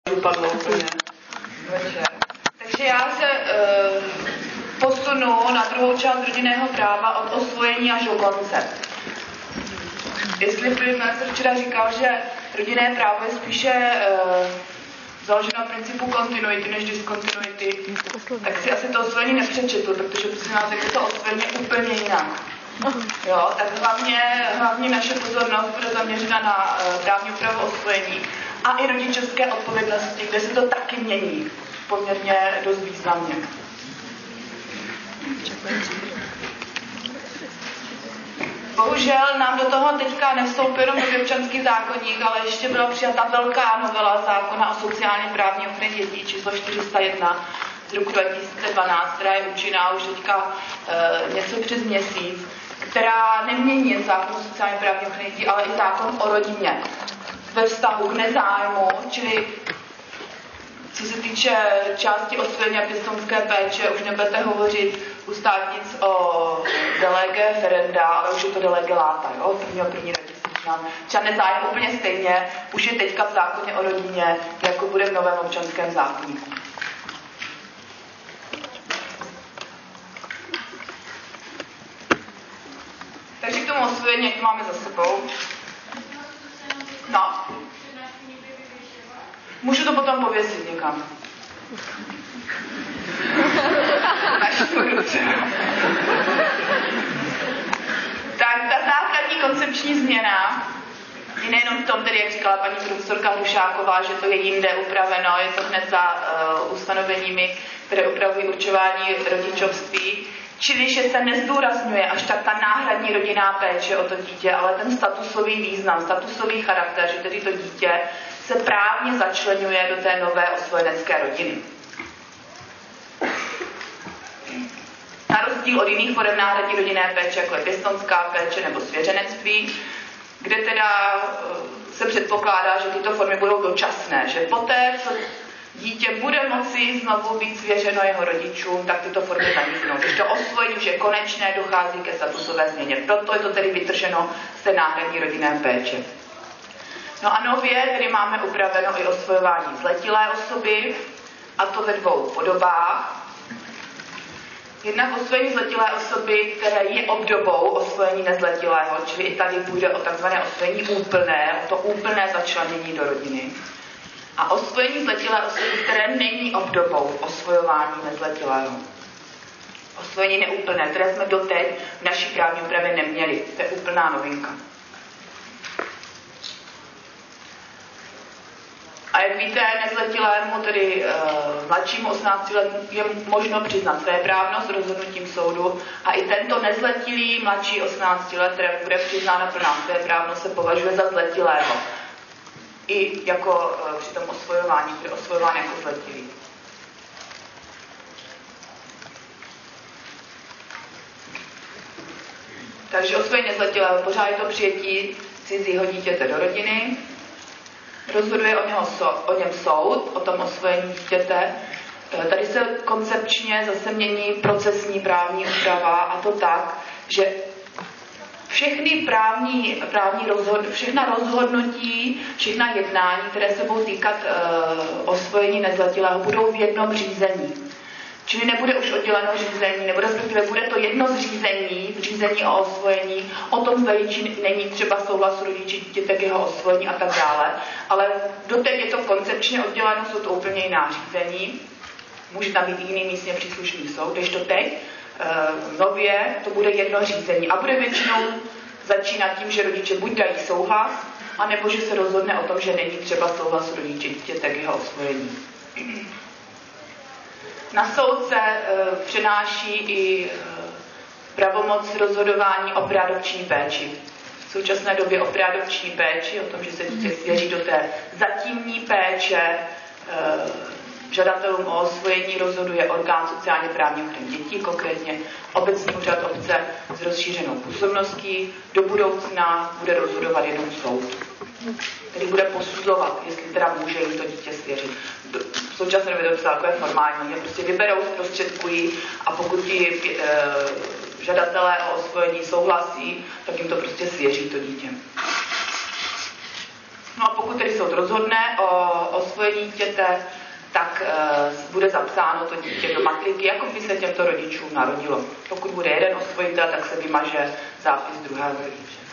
upadlo úplně večer. Takže já se posunu na druhou část rodinného práva od osvojení až do konce. Jestli Pilmer včera říkal, že rodinné právo je spíše založeno na principu kontinuity než diskontinuity, tak si asi to osvojení nepřečetl, protože prostě nás je to osvojení úplně jinak. Jo, tak hlavně naše pozornost bude zaměřena na právní úpravu osvojení a i rodičovské odpovědnosti, kde se to taky mění poměrně dost významně. Bohužel nám do toho teďka nevstoupil jenom nový občanský zákoník, ale ještě byla přijata velká novela zákona o sociálně právní ochraně dětí číslo 401 z roku 2012, která je účinná už teďka něco přes měsíc, která nemění jen zákon o sociálně právní ochraně dětí, ale i zákon o rodině ve vztahu k nezájmu, čili co se týče části osvojení a pěstounské péče, už nebudete hovořit u státnic o delege ferenda, ale už je to delege láta, jo? První třeba nezájem úplně stejně, už je teďka v zákoně o rodině, jako bude v novém občanském zákoníku. Takže k tomu osvojení, jak to máme za sebou. No. Můžu to potom pověsit někam. Tak ta základní koncepční změna je nejenom v tom, tedy jak říkala paní profesorka Hrušáková, že to je jinde upraveno, je to hned za ustanoveními, které upravují určování rodičovství, čili že se nezdůrazňuje až tak ta náhradní rodinná péče o to dítě, ale ten statusový význam, statusový charakter, že tedy to dítě se právně začleňuje do té nové osvojenecké rodiny. Na rozdíl od jiných forem náhradní rodinné péče, jako je pěstounská péče nebo svěřenectví, kde teda se předpokládá, že tyto formy budou dočasné, že poté, co dítě bude moci znovu být svěřeno jeho rodičům, tak tyto formy zaniknou. Když to osvojení už je konečné, dochází ke statusové změně. Proto je to tedy vytrženo z té náhradní rodinné péče. No a nově tedy máme upraveno i osvojování zletilé osoby, a to ve dvou podobách. Jednak osvojení zletilé osoby, které je obdobou osvojení nezletilého, čili i tady půjde o takzvané osvojení úplné, o to úplné začlenění do rodiny. A osvojení zletilé osoby, které není obdobou osvojování nezletilého. Osvojení neúplné, které jsme doteď v naší právní úpravě neměli. To je úplná novinka. A jak víte, nezletilému, tedy mladšímu 18 let, je možno přiznat svéprávnost rozhodnutím soudu a i tento nezletilý mladší 18 let, které bude přiznána plná svéprávnost, se považuje za zletilého. I jako při tom osvojování, bude osvojován jako zletilý. Takže osvojení nezletilého, pořád je to přijetí cizího dítěte do rodiny. Rozhoduje o něm soud, o tom osvojení dítěte. Tady se koncepčně zase mění procesní právní úprava a to tak, že všechna rozhodnutí, všechna jednání, které se budou týkat osvojení nezletilého, budou v jednom řízení. Čili nebude už odděleno řízení, nebo respektive bude to jedno z řízení o osvojení, o tom není třeba souhlasu rodiče dítěte k jeho osvojení a tak dále, ale doteď je to koncepčně odděleno, jsou to úplně jiná řízení, může tam být jiný místně příslušný soud, když to teď nově to bude jedno řízení a bude většinou začínat tím, že rodiče buď dají souhlas, anebo že se rozhodne o tom, že není třeba souhlasu rodiče dítěte k jeho osvojení. Na soud se přenáší i pravomoc rozhodování o preadopční péči. V současné době o preadopční péči, o tom, že se dítě svěří do té zatímní péče, žadatelům o osvojení rozhoduje orgán sociálně právní ochrany dětí, konkrétně obecní úřad obce s rozšířenou působností. Do budoucna bude rozhodovat jenom soud, který bude posuzovat, jestli teda může jim to dítě svěřit. V současné době to takové formální, že prostě vyberou, zprostředkují a pokud ti žadatelé o osvojení souhlasí, tak jim to prostě svěří to dítě. No a pokud tedy soud rozhodne o osvojení dítěte, tak bude zapsáno to dítě do matriky, jako by se těmto rodičům narodilo. Pokud bude jeden osvojitel, tak se vymaže zápis druhého rodiče.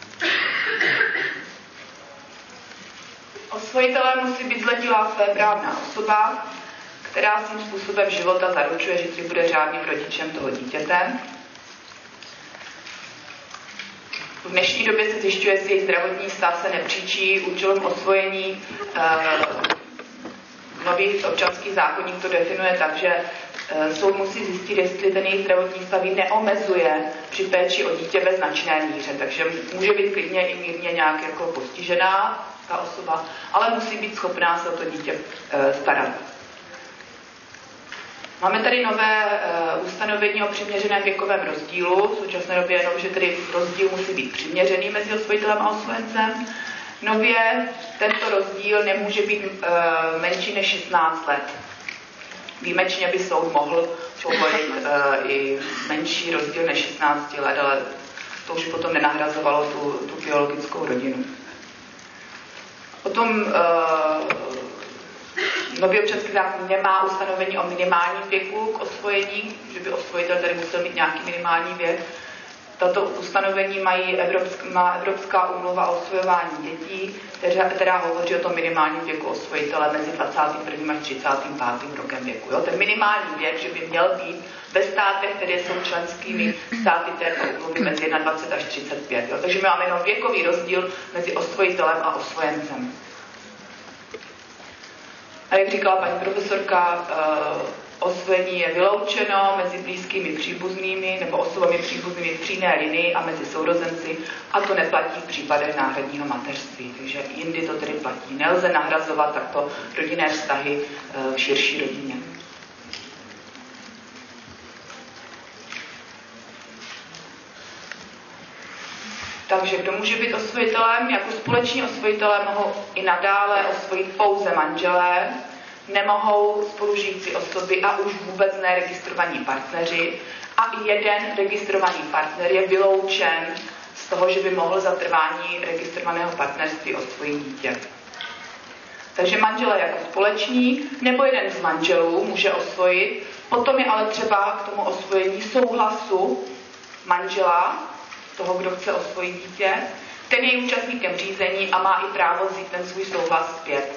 Osvojitelem musí být zletilá svéprávná osoba, která svým způsobem života zaručuje, že si bude řádným rodičem toho dítěte. V dnešní době se zjišťuje, jestli jejich zdravotní stav se nepříčí účelům osvojení. Nový občanský zákoník to definuje tak, že soud musí zjistit, jestli ten jejich zdravotní stav neomezuje při péči o dítě ve značné míře. Takže může být klidně i mírně nějak jako postižená ta osoba, ale musí být schopná se o to dítě starat. Máme tady nové ustanovení o přiměřeném věkovém rozdílu. V současné době jenom, že tedy rozdíl musí být přiměřený mezi osvojitelem a osvojencem. Nově tento rozdíl nemůže být menší než 16 let. Výjimečně by soud mohl povolit i menší rozdíl než 16 let, ale to už potom nenahrazovalo tu biologickou rodinu. Potom nový občanský zákon nemá ustanovení o minimálním věku k osvojení, že by osvojitel tady musel mít nějaký minimální věk. Tato ustanovení má Evropská úmluva o osvojování dětí, která hovoří o tom minimálním věku osvojitele mezi 21. až 35. rokem věku. Jo? Ten minimální věk, že by měl být ve státech, které jsou členskými státy této úmluvy mezi 21 až 35. Jo? Takže my máme jenom věkový rozdíl mezi osvojitelem a osvojencem. A jak říkala paní profesorka, osvojení je vyloučeno mezi blízkými příbuznými nebo osobami příbuznými v přímé linii a mezi sourozenci, a to neplatí v případech náhradního mateřství. Takže jindy to tedy platí. Nelze nahrazovat takto rodinné vztahy v širší rodině. Takže kdo může být osvojitelem? Jako společní osvojitelé mohou i nadále osvojit pouze manželé, nemohou spolužijící osoby a už vůbec neregistrovaní partneři, a i jeden registrovaný partner je vyloučen z toho, že by mohl za trvání registrovaného partnerství osvojit dítě. Takže manželé jako společní nebo jeden z manželů může osvojit, potom je ale třeba k tomu osvojení souhlasu manžela, toho, kdo chce osvojit dítě, ten je účastníkem řízení a má i právo vzít ten svůj souhlas zpět.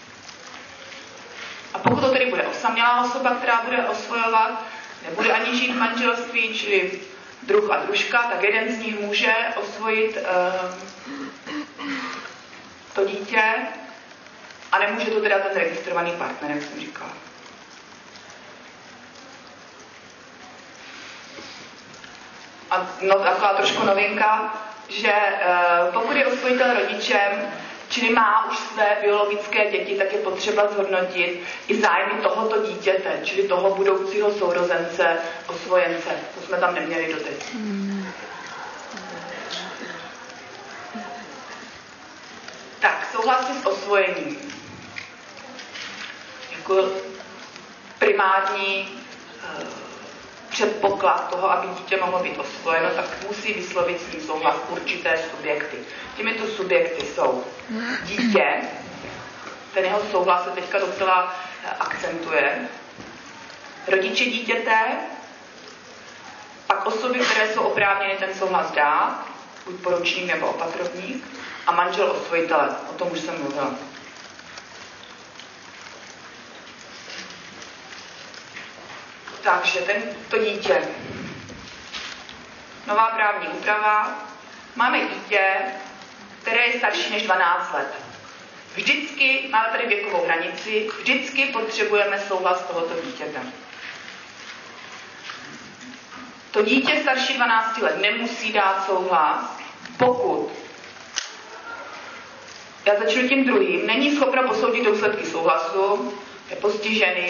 A pokud to tedy bude osamělá osoba, která bude osvojovat, nebude ani žít v manželství, čili druh a družka, tak jeden z nich může osvojit to dítě a nemůže to teda ten registrovaný partner, jak jsem říkala. A taková trošku novinka, že pokud je osvojitel rodičem, čili má už své biologické děti, tak je potřeba zhodnotit i zájmy tohoto dítěte, čili toho budoucího sourozence, osvojence. To jsme tam neměli doteď. Tak, souhlasí s osvojením. Jako primární předpoklad toho, aby dítě mohlo být osvojeno, tak musí vyslovit s ním souhlas určité subjekty. Těmito subjekty jsou dítě, ten jeho souhlas se teďka docela akcentuje, rodiče dítěte, pak osoby, které jsou oprávněny ten souhlas dát, buď poručník nebo opatrovník, a manžel osvojitele. O tom už jsem mluvila. Takže to dítě. Nová právní úprava. Máme dítě, které je starší než 12 let. Vždycky, máme tady věkovou hranici, vždycky potřebujeme souhlas tohoto dítěte. To dítě starší 12 let nemusí dát souhlas, pokud, já začnu tím druhým, není schopno posoudit důsledky souhlasu, je postižený,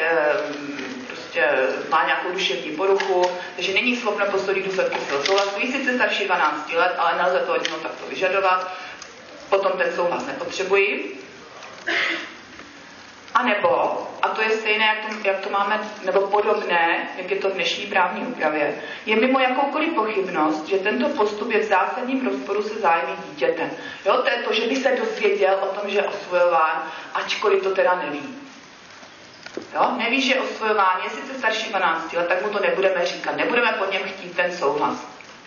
má nějakou duševní poruchu, takže není schopno posoudit důsledky svého souhlasu. Je sice starší 12 let, ale nelze to od něho takto vyžadovat, potom ten souhlas nepotřebují. A nebo a to je stejné, jak to máme, nebo podobné, jak je to v dnešní právní úpravě, je mimo jakoukoliv pochybnost, že tento postup je v zásadním rozporu se zájmy dítěte. Jo, to je to, že by se dozvěděl o tom, že je osvojován, ačkoliv to teda neví. Jo, neví, že je osvojován, je sice starší 12 let, tak mu to nebudeme říkat, nebudeme po něm chtít ten souhlas.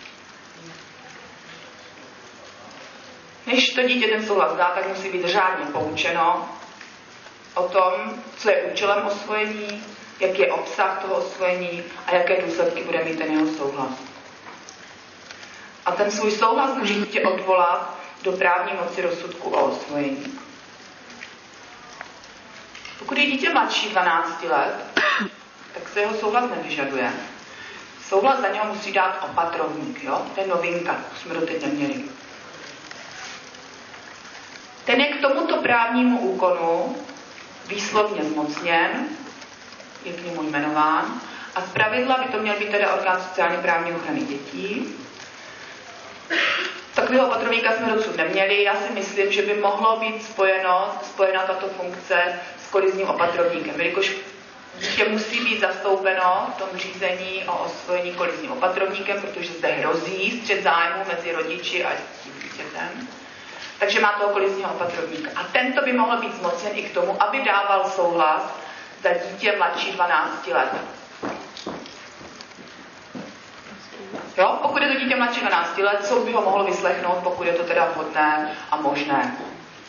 Než to dítě ten souhlas dá, tak musí být řádně poučeno o tom, co je účelem osvojení, jaký je obsah toho osvojení a jaké důsledky bude mít ten jeho souhlas. A ten svůj souhlas může dítě odvolat do právní moci rozsudku o osvojení. Pokud je dítě mladší 12 let, tak se jeho souhlas nevyžaduje. Souhlas za něho musí dát opatrovník, jo? To je novinka, to jsme doteď neměli. Ten je k tomuto právnímu úkonu výslovně zmocněn, je k němu jmenován a zpravidla by to měl být teda orgán sociálně právní ochrany dětí. Takového opatrovníka jsme dosud neměli. Já si myslím, že by mohlo být spojena tato funkce s kolizním opatrovníkem, jelikož dítě musí být zastoupeno v tom řízení o osvojení kolizním opatrovníkem, protože zde hrozí střet zájmu mezi rodiči a dítětem. Takže má toho kolizního opatrovníka. A tento by mohl být zmocněn i k tomu, aby dával souhlas za dítě mladší 12 let. Jo? Pokud je to dítě mladší 12 let, soud by ho mohl vyslechnout, pokud je to teda vhodné a možné.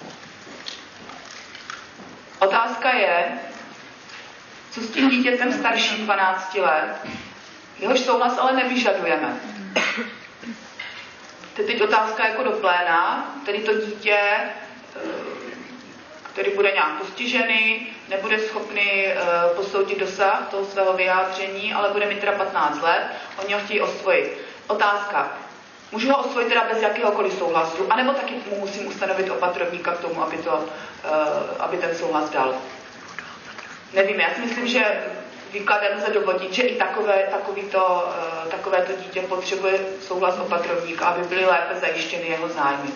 Otázka je, co s tím dítětem starším 12 let, jehož souhlas ale nevyžadujeme. To je teď otázka jako do pléna, tedy to dítě, který bude nějak postižený, nebude schopný posoudit dosah toho svého vyjádření, ale bude mít teda 15 let, oni ho chtějí osvojit. Otázka, můžu ho osvojit teda bez jakéhokoliv souhlasu, anebo taky mu musím ustanovit opatrovníka k tomu, aby ten souhlas dal. Nevím, já si myslím, že výkladem lze dovodit, že i takovéto dítě potřebuje souhlas opatrovníka, aby byly lépe zajištěny jeho zájmy.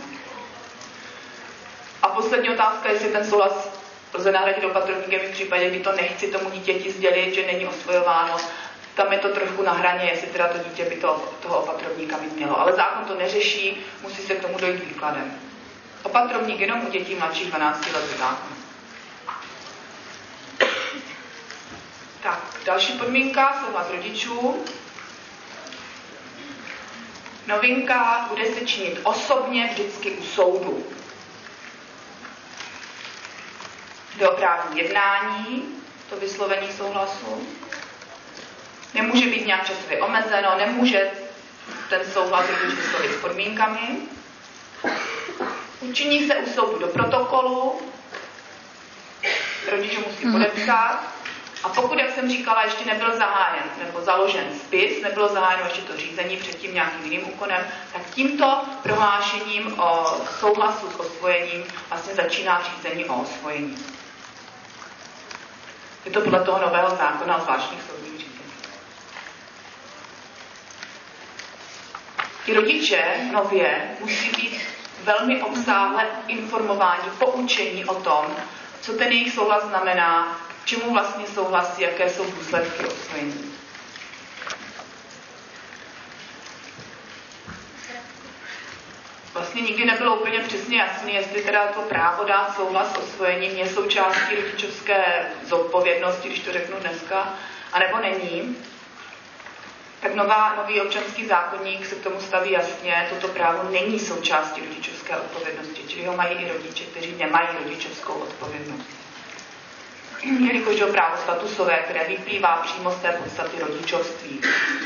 A poslední otázka, jestli ten souhlas lze nahradit opatrovníkem v případě, kdy to nechci tomu dítěti sdělit, že není osvojováno. Tam je to trošku na hraně, jestli teda to dítě by toho opatrovníka mít mělo. Ale zákon to neřeší, musí se k tomu dojít výkladem. Opatrovník jenom u dětí mladších 12 let zákon. Tak, další podmínka, souhlas rodičů. Novinka, bude se činit osobně vždycky u soudu. Jde o právní jednání, to vyslovení souhlasu. Nemůže být nějak časově omezeno, nemůže ten souhlas rodič vyslovit s podmínkami. Učiní se u soudu do protokolu, rodič musí podepsat. A pokud, jak jsem říkala, ještě nebyl zahájen nebo založen spis, nebylo zahájeno ještě to řízení předtím nějakým jiným úkonem, tak tímto prohlášením o souhlasu s osvojením vlastně začíná řízení o osvojení. Je to podle toho nového zákona o zvláštních soudních řízení. Ti rodiče nově musí být velmi obsáhle informováni, poučení o tom, co ten jejich souhlas znamená, k čemu vlastně souhlasí, jaké jsou důsledky osvojení. Vlastně nikdy nebylo úplně přesně jasné, jestli teda to právo dát souhlas s osvojením je součástí rodičovské zodpovědnosti, když to řeknu dneska, anebo není. Tak nový občanský zákoník se k tomu staví jasně, toto právo není součástí rodičovské odpovědnosti, čili ho mají i rodiče, kteří nemají rodičovskou odpovědnost. Jelikož je právo statusové, které vyplývá přímo z té podstaty rodičovství.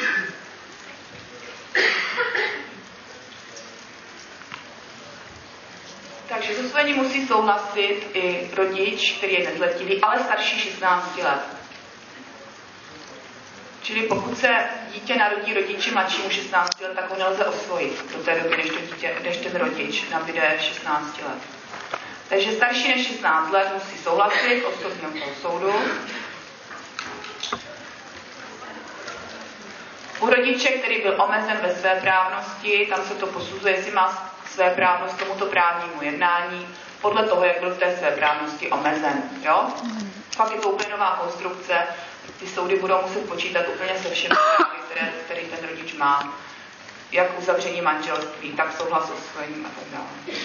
Takže s osvojením musí souhlasit i rodič, který je nezletilý, ale starší 16 let. Čili pokud se dítě narodí rodiči mladšímu 16 let, tak ho nelze osvojit do té doby, než ten rodič nabyde 16 let. Takže starší než 16 let musí souhlasit osobně u toho soudu. U rodiče, který byl omezen ve své právnosti, tam se to posuzuje, jestli má své právnost tomuto právnímu jednání. podle toho, jak byl v té svéprávnosti omezen. Jo? Pak je to úplně nová konstrukce, ty soudy budou muset počítat úplně se všemi právy, které ten rodič má, jak uzavření manželství, tak souhlas s osvojením a tak dále.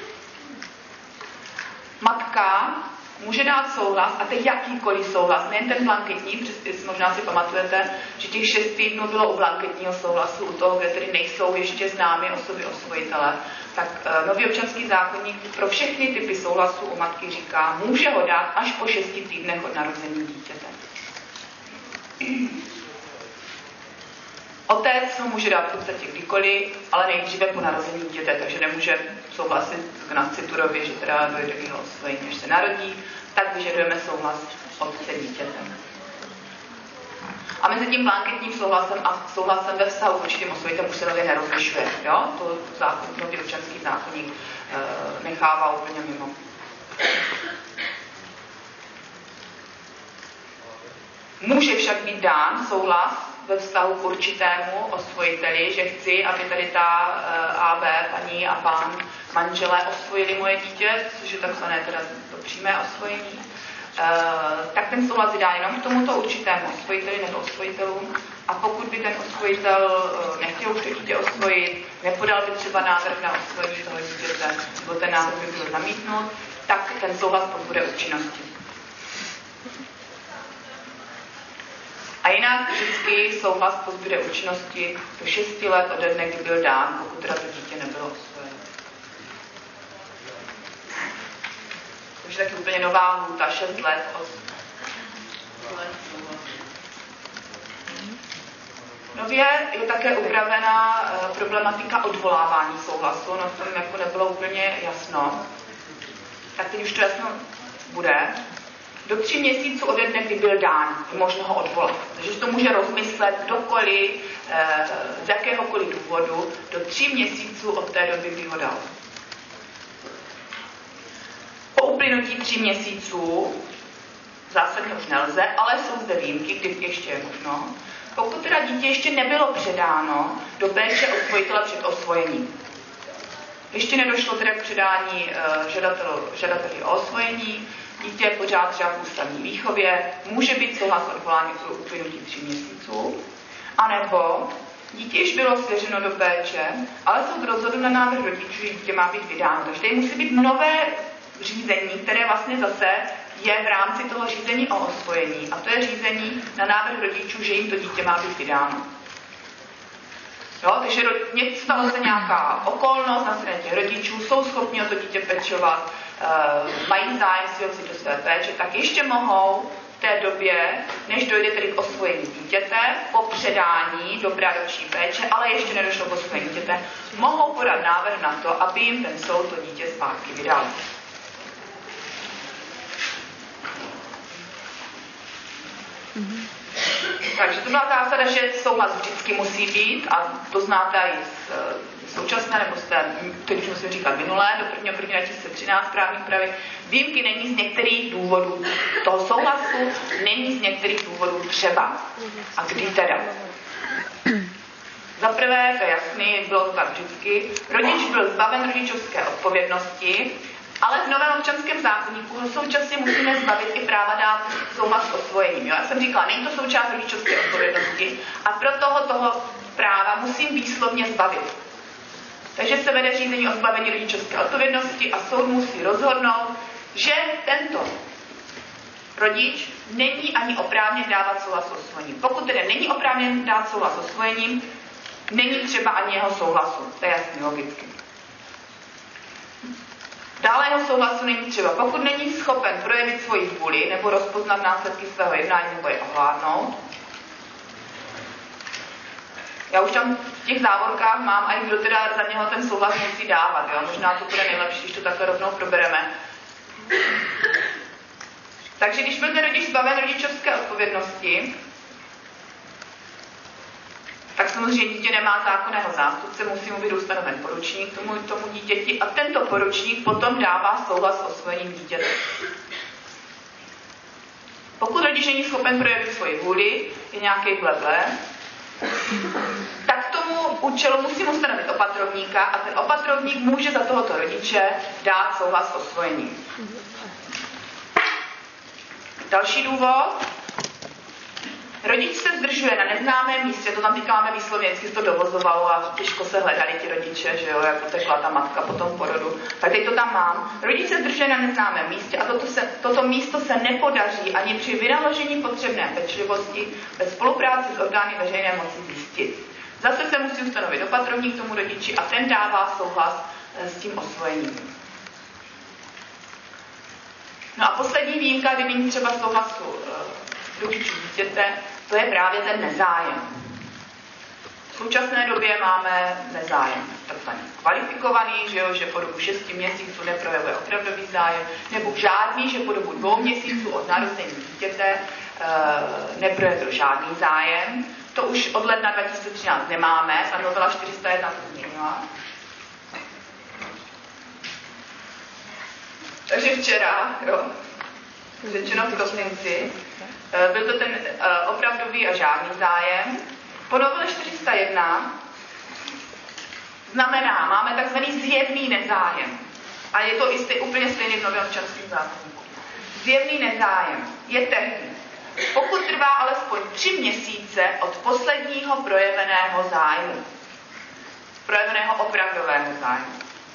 Matka může dát souhlas, a to je jakýkoliv souhlas, nejen ten blanketní, možná si pamatujete, že těch 6 týdnů bylo u blanketního souhlasu, u toho, kde tedy nejsou ještě známy osoby osvojitele, tak nový občanský zákoník pro všechny typy souhlasu u matky říká, může ho dát až po 6 týdnech od narození dítěte. Otec ho může dát v podstatě kdykoliv, ale nejdříve po narození dítěte, takže nemůže souhlasit k nasciturovi, že teda dojde k jeho osvojení, než se narodí, tak vyžadujeme souhlas otce dítěte. A mezi tím blanketním souhlasem a souhlasem ve vztahu k určitým osvojitelům už se nově nerozlišuje. Jo? To nový občanský zákoník nechává úplně mimo. Může však být dán souhlas ve vztahu k určitému osvojiteli, že chci, aby tady ta AB, paní a pán manželé osvojili moje dítě, což je takzvané teda to přímé osvojení, tak ten souhlas vydá jenom k tomuto určitému osvojiteli nebo osvojitelům. A pokud by ten osvojitel nechtěl už to dítě osvojit, nepodal by třeba návrh na osvojení toho dítěte, nebo ten návrh by byl zamítnut, tak ten souhlas pozbude účinnosti. A jinak vždycky souhlas pozbude účinnosti do 6 let ode dne, kdy byl dán, pokud teda to dítě nebylo osvojeno. Takže taky úplně nová lhůta, 6 let od nově je také upravena problematika odvolávání souhlasu, no v tom jako nebylo úplně jasno. Tak teď už to jasno bude. Do 3 měsíců ode dne, kdy byl dán, je možno ho odvolat. Takže to může rozmyslet kdokoliv, z jakéhokoliv důvodu, do 3 měsíců od té doby, kdy ho dal. Po uplynutí 3 měsíců, zásadně už nelze, ale jsou zde výjimky, kdy ještě je možno, pokud teda dítě ještě nebylo předáno do péče osvojitele před osvojením. Ještě nedošlo teda k předání žadateli o osvojení, dítě je pořád třeba v ústavní výchově, může být souhlas odvolání pro uplynutí 3 měsíců, anebo dítě již bylo svěřeno do péče, ale soud rozhodl na návrh rodičů, že dítě má být vydáno. Takže tady musí být nové řízení, které vlastně zase je v rámci toho řízení o osvojení. A to je řízení na návrh rodičů, že jim to dítě má být vydáno. Jo, takže stala se nějaká okolnost na straně těch rodičů, jsou schopni o to dítě pečovat, mají zájem si ho vzít do své péče, tak ještě mohou v té době, než dojde tedy k osvojení dítěte, po předání do adopční péče, ale ještě nedošlo k osvojení dítěte, mohou podat návrh na to, aby jim ten soud to dítě zpátky vydal. Takže to byla zásada, že souhlas vždycky musí být, a to znáte i z současné, nebo teď už musím říkat minulé, do 1. 2013 právní úpravy. Výjimky není z některých důvodů toho souhlasu, není z některých důvodů třeba. A kdy teda? Za prvé, to je jasný, bylo to tak vždycky, rodič byl zbaven rodičovské odpovědnosti, ale v novém občanském zákoníku ho současně musíme zbavit i práva dát souhlas s osvojením. Jo? Já jsem říkala, není to součást rodičovské odpovědnosti a proto toho práva musím výslovně zbavit. Takže se vede řízení o zbavení rodičovské odpovědnosti a soud musí rozhodnout, že tento rodič není ani oprávněn dávat souhlas s osvojením. Pokud tedy není oprávněn dát souhlas s osvojením, není třeba ani jeho souhlasu. To je jasný, logicky. Dále jeho souhlasu není třeba, pokud není schopen projevit svoji vůli nebo rozpoznat následky svého jednání nebo je ovládnout. Já už tam v těch závorkách mám, a kdo teda za něho ten souhlas musí dávat. Jo? Možná to bude nejlepší, když to takhle rovnou probereme. Takže když byl ten rodič zbaven rodičovské odpovědnosti, tak samozřejmě dítě nemá zákonného zástupce, musí mu být ustanoven poručník tomu dítěti a tento poručník potom dává souhlas s osvojením dítěte. Pokud rodič není schopen projevit svoji vůli, je nějaký bleble, tak tomu účelu musím ustanovit opatrovníka a ten opatrovník může za tohoto rodiče dát souhlas s osvojením. Další důvod. Rodič se zdržuje na neznámém místě, to tam teďka máme výslovně, vždycky to dovozovalo a těžko se hledali ti rodiče, že jo, jak utekla ta matka po tom porodu. Tak teď to tam mám. Rodič se zdržuje na neznámém místě a toto místo se nepodaří ani při vynaložení potřebné pečlivosti ve spolupráci s orgány veřejné moci zjistit. Zase se musí ustanovit opatrovník tomu rodiči a ten dává souhlas s tím osvojením. No a poslední výjimka, kdy není třeba souhlasu rodičů dítěte, to je právě ten nezájem. V současné době máme nezájem takzvaný kvalifikovaný, že po dobu 6 měsíců neprojevuje opravdový zájem, nebo žádný, že po dobu 2 měsíců od narození dítěte neprojevuje žádný zájem. To už od ledna 2013 nemáme, a novela 401 to změnila. Takže včera, řečeno v prosinci, byl to ten opravdový a žádný zájem. Po novele 401 znamená, máme takzvaný zjevný nezájem. A je to úplně stejný v novém občanském zákoníku. Zjevný nezájem je tehdy, pokud trvá alespoň 3 měsíce od posledního projeveného zájmu. Projeveného opravdového zájmu.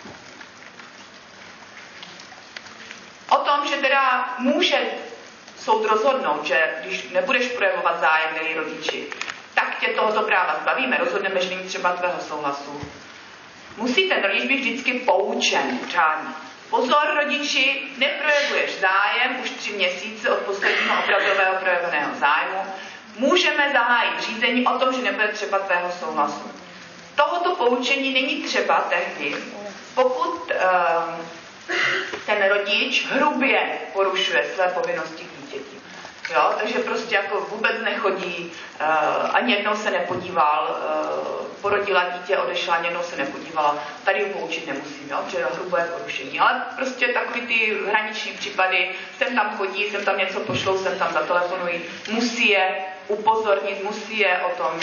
O tom, že teda může soud rozhodnout, že když nebudeš projevovat zájem, milí rodiči, tak tě tohoto práva zbavíme, rozhodneme, že není třeba tvého souhlasu. Musí ten rodič být vždycky poučen řádně. Pozor, rodiči, neprojevuješ zájem už 3 měsíce od posledního opravdového projeveného zájmu. Můžeme zahájit řízení o tom, že nebude třeba tvého souhlasu. Tohoto poučení není třeba tehdy, pokud ten rodič hrubě porušuje své povinnosti k dítěti. Jo? Takže prostě jako vůbec nechodí, ani jednou se nepodíval, porodila dítě, odešla, ani jednou se nepodívala. Tady ho poučit nemusím, jo? Protože je hrubé porušení. Ale prostě takový ty hraniční případy, sem tam chodí, sem tam něco pošlou, sem tam zatelefonují, musí je upozornit, musí je o tom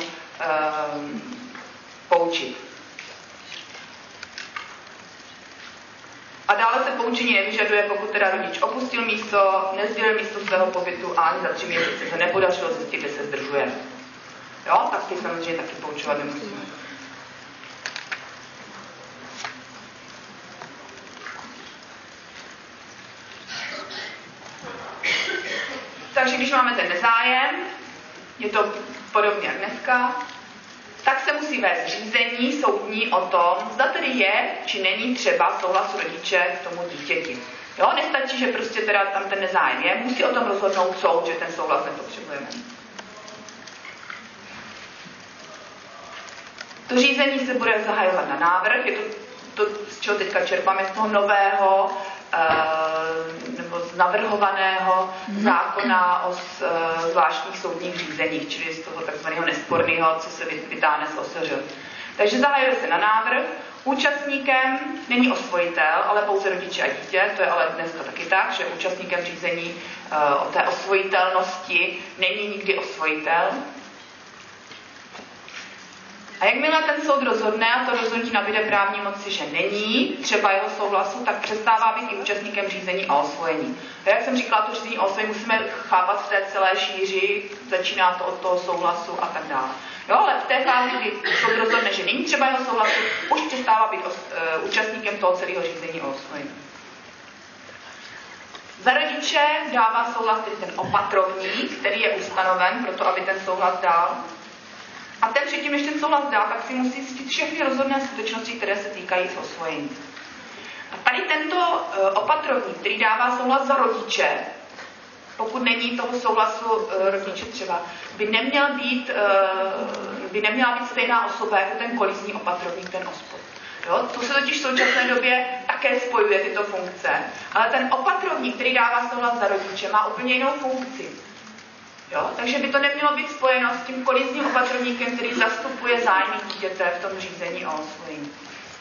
poučit. A dále se poučení nevyžaduje, pokud teda rodič opustil místo, nesdělil místo svého pobytu a ani za 3 měsíce se nepodařilo zjistit, kde se zdržuje. Jo, tak ty samozřejmě taky poučovat nemusíme. Takže když máme ten nezájem, je to podobně jak dneska, tak se musí vést řízení soudní o tom, zda tedy je, či není třeba souhlasu rodiče k tomu dítěti. Jo, nestačí, že prostě teda tam ten nezájem je, musí o tom rozhodnout soud, že ten souhlas nepotřebujeme. To řízení se bude zahajovat na návrh, je to z čeho teďka čerpáme, z toho nového nebo z navrhovaného zákona o zvláštních soudních řízeních, čili z toho takzvaného nesporného, co se vytáhne z OSŘ. Takže zahajuje se na návrh. Účastníkem není osvojitel, ale pouze rodiče a dítě, to je ale dneska taky tak, že účastníkem řízení o té osvojitelnosti není nikdy osvojitel. A jakmile ten soud rozhodne a to rozhodnutí nabyde právní moci, že není třeba jeho souhlasu, tak přestává být i účastníkem řízení o osvojení. A jak jsem říkala, to řízení o osvojení musíme chápat v té celé šíři, začíná to od toho souhlasu a tak dále. Jo, ale v té fázi, kdy soud rozhodne, že není třeba jeho souhlasu, už přestává být účastníkem toho celého řízení o osvojení. Za rodiče dává souhlas ten opatrovník, který je ustanoven pro to, aby ten souhlas dal. A ten předtím, než ten souhlas dá, tak si musí zjistit všechny rozhodné skutečnosti, které se týkají osvojení. A tady tento opatrovník, který dává souhlas za rodiče, pokud není toho souhlasu rodiče třeba, by neměla být stejná osoba jako ten kolizní opatrovník, ten OSPOD. Jo? To se totiž v současné době také spojuje tyto funkce, ale ten opatrovník, který dává souhlas za rodiče, má úplně jinou funkci. Jo? Takže by to nemělo být spojeno s tím kolizním opatrovníkem, který zastupuje zájmy dítěte v tom řízení o osvojení.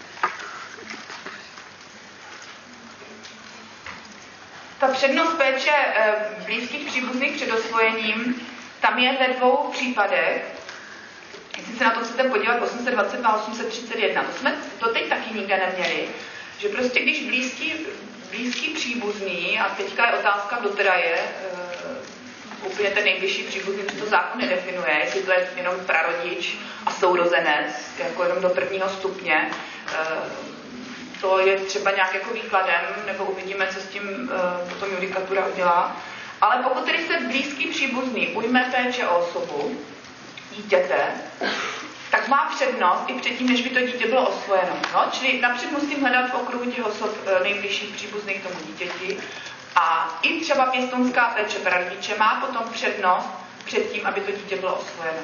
Ta přednost péče blízkých příbuzných před osvojením, tam je ve 2 případech. Jestli se na to chcete podívat, 822 a 831, to jsme to teď taky nikde neměli, že prostě když blízký příbuzný, a teďka je otázka, kdo teda je, úplně ten nejbližší příbuzný, to zákon nedefinuje, jestli to je jenom prarodič a sourozenec, jako jenom do 1. stupně, to je třeba nějak jako výkladem, nebo uvidíme, co s tím potom judikatura udělá. Ale pokud tedy se blízký příbuzný ujme péče o osobu, dítěte, tak má přednost i předtím, než by to dítě bylo osvojeno. No? Čili napřed musím hledat v okruhu těch osob nejbližších příbuzných tomu dítěti a i třeba pěstounská péče prarodiče má potom přednost před tím, aby to dítě bylo osvojeno.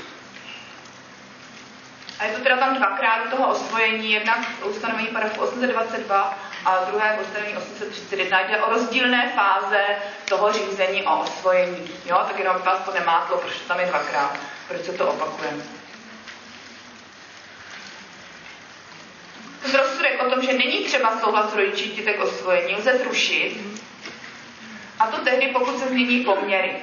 A je to teda tam dvakrát toho osvojení, jednak ustanovení paragrafu 822 a druhé ustanovení 831. Jde o rozdílné fáze toho řízení o osvojení. Jo? Tak jenom vás to nemátlo, proč to tam je dvakrát, proč se to opakujeme. Rozsudek o tom, že není třeba souhlas rodičů dítěte k osvojení, lze zrušit, a to tehdy, pokud se změní poměry.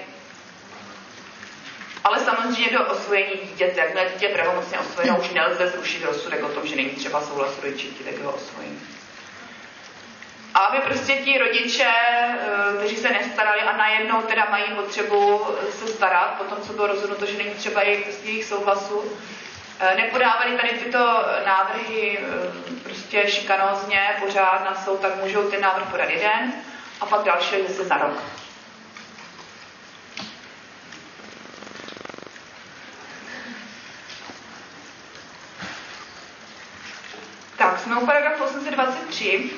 Ale samozřejmě do osvojení dítěte, jakmile dítě je pravomocně osvojeno, už nelze zrušit rozsudek o tom, že není třeba souhlas rodičů dítěte k jeho osvojení. A aby prostě ti rodiče, kteří se nestarali a najednou teda mají potřebu se starat, po tom, co bylo rozhodnuto, že není třeba jejich souhlasu, nepodávali tady tyto návrhy prostě šikanózně pořád na soud, tak můžou ten návrh podat jeden a pak další zase za rok. Tak, jsme u paragrafu 823.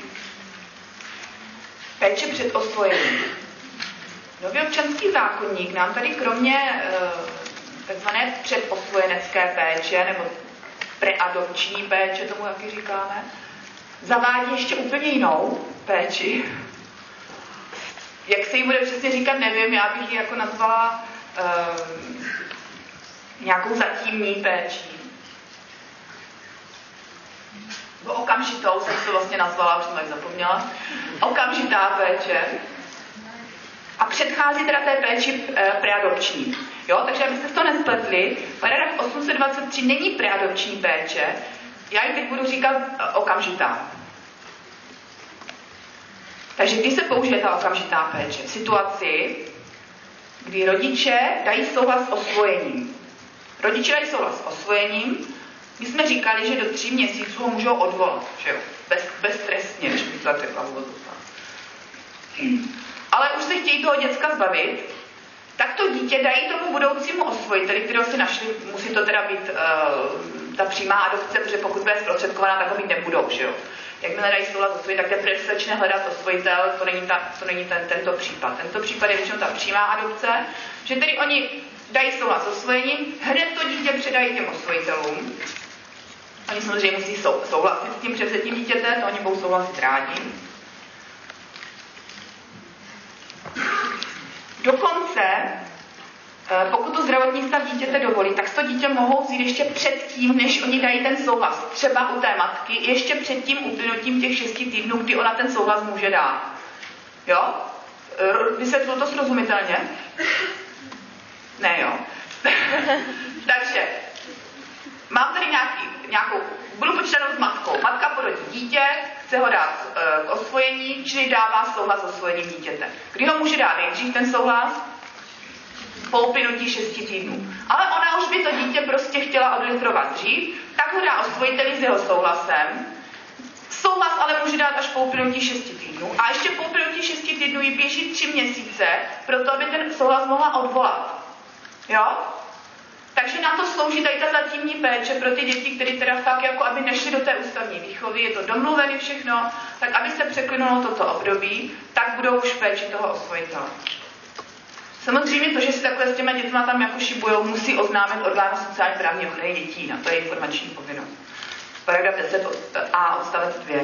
Péče před osvojením. Nový občanský zákoník nám tady kromě takzvané předosvojenecké péče, nebo preadopční péče, tomu taky říkáme, zavádí ještě úplně jinou péči. Jak se jí bude přesně říkat, nevím, já bych ji jako nazvala nějakou zatímní péčí. Okamžitou jsem to vlastně nazvala, už jsem tak zapomněla. Okamžitá péče. A předchází teda té péči preadopční. Jo, takže abyste to nespletli, paragraf 823 není preadopční péče, já ji teď budu říkat okamžitá. Takže kdy se použije ta okamžitá péče? V situaci, kdy rodiče dají souhlas s osvojením. Rodiče dají souhlas s osvojením, my jsme říkali, že do 3 měsíců ho můžou odvolat, že jo? Beztrestně, když bych to řekla vůbec. Ale už se chtějí toho děcka zbavit, tak to dítě dají tomu budoucímu osvojiteli, kterého si našli, musí to teda být ta přímá adopce, protože pokud bude zprostředkovaná, tak ho mít nebudou, že jo? Jakmile dají souhlas osvojit, tak teprve se začne hledat osvojitel, to není tento případ. Tento případ je většinou ta přímá adopce, že tedy oni dají souhlas s osvojením, hned to dítě předají těm osvojitelům. Oni samozřejmě musí souhlasit s tím převzetím dítěte, to oni budou souhlasit rádi. Dokonce, pokud to zdravotní stav dítěte dovolí, tak to dítě mohou vzít ještě předtím, než oni dají ten souhlas. Třeba u té matky, ještě před tím uplynutím těch 6 týdnů, kdy ona ten souhlas může dát. Jo? Vysvětlil to srozumitelně? Ne, jo. Takže, mám tady budu počítat s matkou. Matka porodí dítě, chce ho dát k osvojení, čili dává souhlas s osvojením dítěte. Kdy ho může dát nejdřív ten souhlas? Po uplynutí 6 týdnů. Ale ona už by to dítě prostě chtěla odlitrovat dřív, tak ho dá osvojiteli s jeho souhlasem. Souhlas ale může dát až po uplynutí 6 týdnů. A ještě po uplynutí 6 týdnů jí běží 3 měsíce, proto aby ten souhlas mohla odvolat. Jo? Takže na to slouží tady ta zatímní péče pro ty děti, které teda fakt jako aby nešly do té ústavní výchovy, je to domluvené všechno, tak aby se překlinulo toto období, tak budou už péči toho osvojitele. Samozřejmě to, že si takhle s těma dětma tam jako šibujou, musí oznámit orgánu sociální právní ochrany dětí, na to je informační povinnost. Paragraf 10a odstavec 2.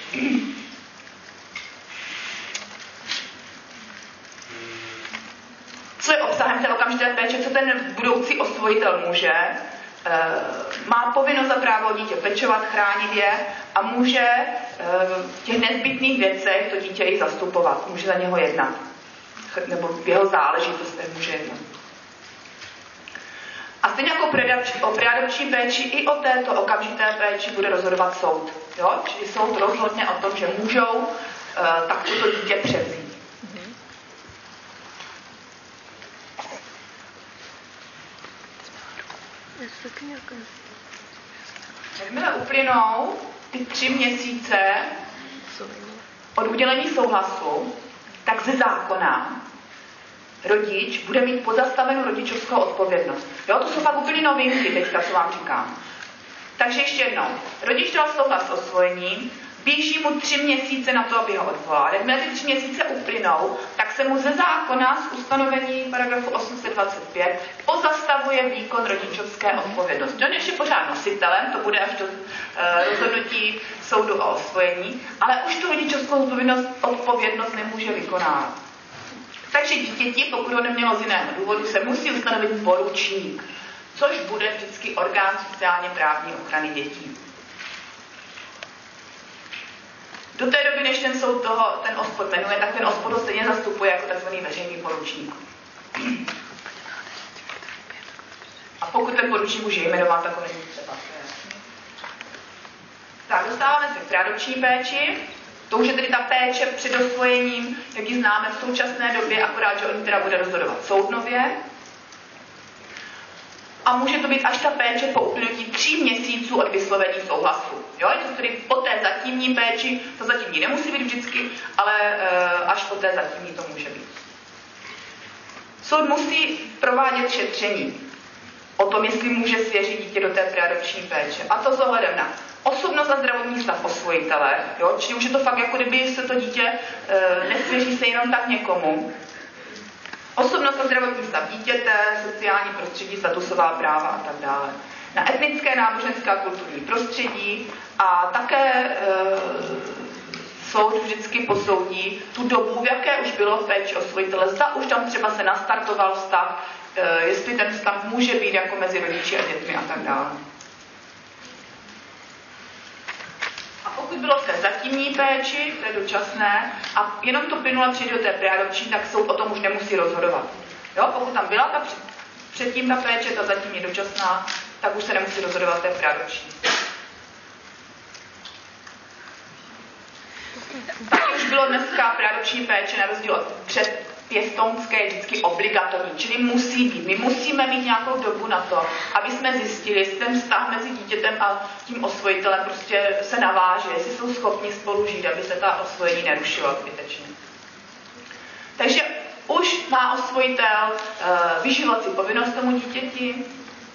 Co je obsahem té okamžité péče, co ten budoucí osvojitel může? Má povinnost za právo o dítě pečovat, chránit je a může v těch nezbytných věcech to dítě i zastupovat, může za něho jednat. Nebo v jeho záležitostech může jednat. A stejně jako o preadopční péči, i o této okamžité péči bude rozhodovat soud. Jo? Čili soud rozhodne o tom, že můžou takto to dítě převzít. Jakmile uplynou ty 3 měsíce od udělení souhlasu, tak ze zákona rodič bude mít pozastavenou rodičovskou odpovědnost. Jo, to jsou fakt úplně novinky teďka, co vám říkám. Takže ještě jednou. Rodič dal souhlas s osvojením, běží mu 3 měsíce na to, aby ho odvolal. Jakmile ty 3 měsíce uplynou, tak se mu ze zákona z ustanovení paragrafu 825 pozastavuje výkon rodičovské odpovědnosti. On ještě pořád nositelem, to bude až do rozhodnutí soudu o osvojení, ale už tu rodičovskou odpovědnost nemůže vykonávat. Takže dítěti, pokud ho nemělo z jiného důvodu, se musí ustanovit poručník, což bude vždycky orgán sociálně právní ochrany dětí. Do té doby, než ten soud ten OSPOD jmenuje, tak ten OSPOD ho stejně zastupuje jako tzv. Veřejný poručník. A pokud ten poručník už je jmenován, tak ho není třeba. Tak, dostáváme se k preadopční péči. To už je tedy ta péče před osvojením, jak ji známe v současné době, akorát, že o ní teda bude rozhodovat soud nově. A může to být až ta péče po uplynutí 3 měsíců od vyslovení souhlasu. Jo? Je to tedy po té zatímní péči, to zatímní nemusí být vždycky, ale až po té zatímní to může být. Soud musí provádět šetření o tom, jestli může svěřit dítě do té preadopční péče. A to s ohledem na osobnost a zdravotní stav osvojitele, jo? Čili už je to fakt, jako kdyby se to dítě nesvěří se jenom tak někomu. Osobnost a zdravotní stav dítěte, sociální prostředí, statusová práva a tak dále. Na etnické, náboženské a kulturní prostředí a také soud vždycky posoudí tu dobu, v jaké už bylo v péči osvojitele. Zda už tam třeba se nastartoval vztah, jestli ten vztah může být jako mezi rodiči a dětmi a tak dále. A pokud bylo v té zatímní péči, to je dočasné, a jenom to plynule přijde do té preadopční, tak soud o tom už nemusí rozhodovat. Jo? Pokud tam byla předtím ta péče, ta zatímní dočasná, tak už se nemusí rozhodovat té preadopční. Taky už bylo dneska preadopční péče na rozdíl od předpěstounské vždycky obligatorní, čili musí být. My musíme mít nějakou dobu na to, aby jsme zjistili, jestli ten vztah mezi dítětem a tím osvojitelem prostě se naváže, jestli jsou schopni spolu žít, aby se ta osvojení nerušila zbytečně. Takže už má osvojitel vyživovací povinnost tomu dítěti.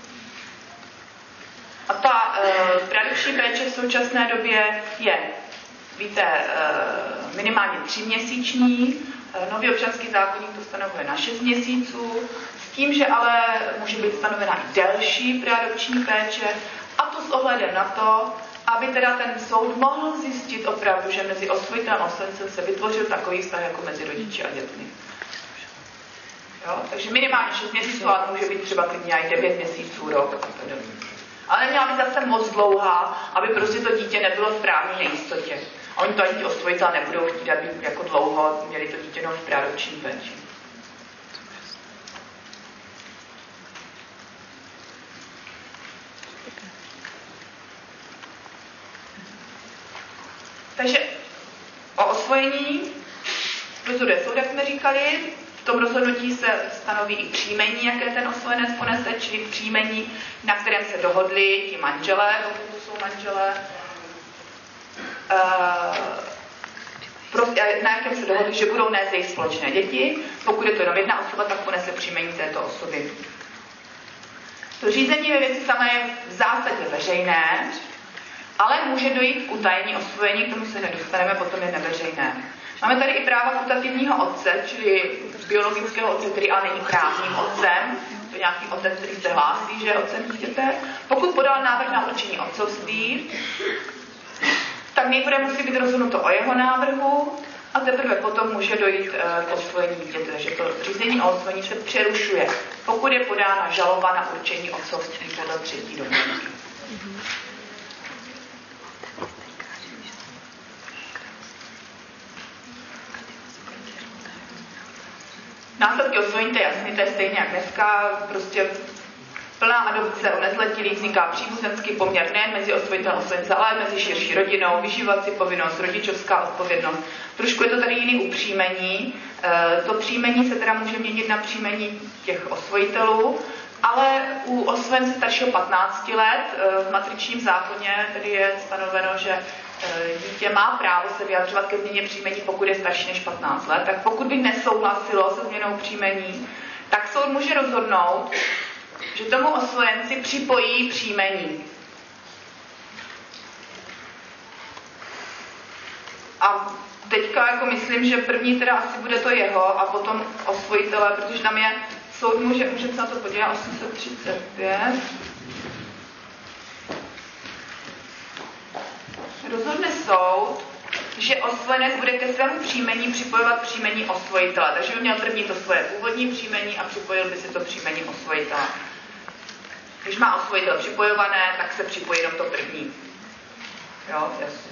A ta preadopční péče v současné době je, víte, minimálně 3měsíční, nový občanský zákoník to stanovuje na 6 měsíců, s tím, že ale může být stanovena i delší preadopční péče, a to s ohledem na to, aby teda ten soud mohl zjistit opravdu, že mezi osvojitelem a osvojencem se vytvořil takový vztah jako mezi rodiči a dětmi. Jo? Takže minimálně 6 měsíců, ale to může být třeba klidně i 9 měsíců, rok a tak dále. Ale neměla být zase moc dlouhá, aby prostě to dítě nebylo v právní nejistotě. A oni to ani ti osvojitelé nebudou chtít, aby jako dlouho měli to dítě jenom v preadopční péči. Takže o osvojení rozhoduje soud, jak jsme říkali. V tom rozhodnutí se stanoví i příjmení, jaké ten osvojenec ponese, čili příjmení, na kterém se dohodli ti manželé, pokud to jsou manželé, na jakém se dohodli, že budou nést jejich společné děti. Pokud je to jenom jedna osoba, tak ponese příjmení této osoby. To řízení ve věci samé je v zásadě veřejné, ale může dojít k utajení osvojení, k tomu se nedostaneme, potom je neveřejné. Máme tady i práva putativního otce, čili biologického otce, který ale není právním otcem. To je nějaký otec, který se hlásí, že je otcem dítěte. Pokud podal návrh na určení otcovství, tak nejprve musí být rozhodnuto o jeho návrhu a teprve potom může dojít k osvojení dítěte. Takže to řízení o osvojení se přerušuje, pokud je podána žaloba na určení otcovství podle 3. domluvy. Následky osvojení, to je jasný, to je stejně jak dneska, prostě Plná adopce u nezletilých vzniká příbuzenský poměr nejen mezi osvojitelem a osvojence, ale mezi širší rodinou, vyživovací povinnost, rodičovská odpovědnost. Trošku je to tady jiný u příjmení. To příjmení se teda může měnit na příjmení těch osvojitelů, ale u osvojence staršího 15 let v matričním zákoně tedy je stanoveno, že dítě má právo se vyjadřovat ke změně příjmení, pokud je starší než 15 let. Tak pokud by nesouhlasilo se změnou příjmení, tak soud může rozhodnout, že tomu osvojenci připojí příjmení. A teďka jako myslím, že první teda asi bude to jeho a potom osvojitele, protože tam je, soud může se na to podívat, 835. Rozhodne soud, že osvojenec bude ke svému příjmení připojovat příjmení osvojitele. Takže by měl první to svoje původní příjmení a připojil by si to příjmení osvojitele. Když má osvojitel připojované, tak se připojí jenom to první. Jo, jasně.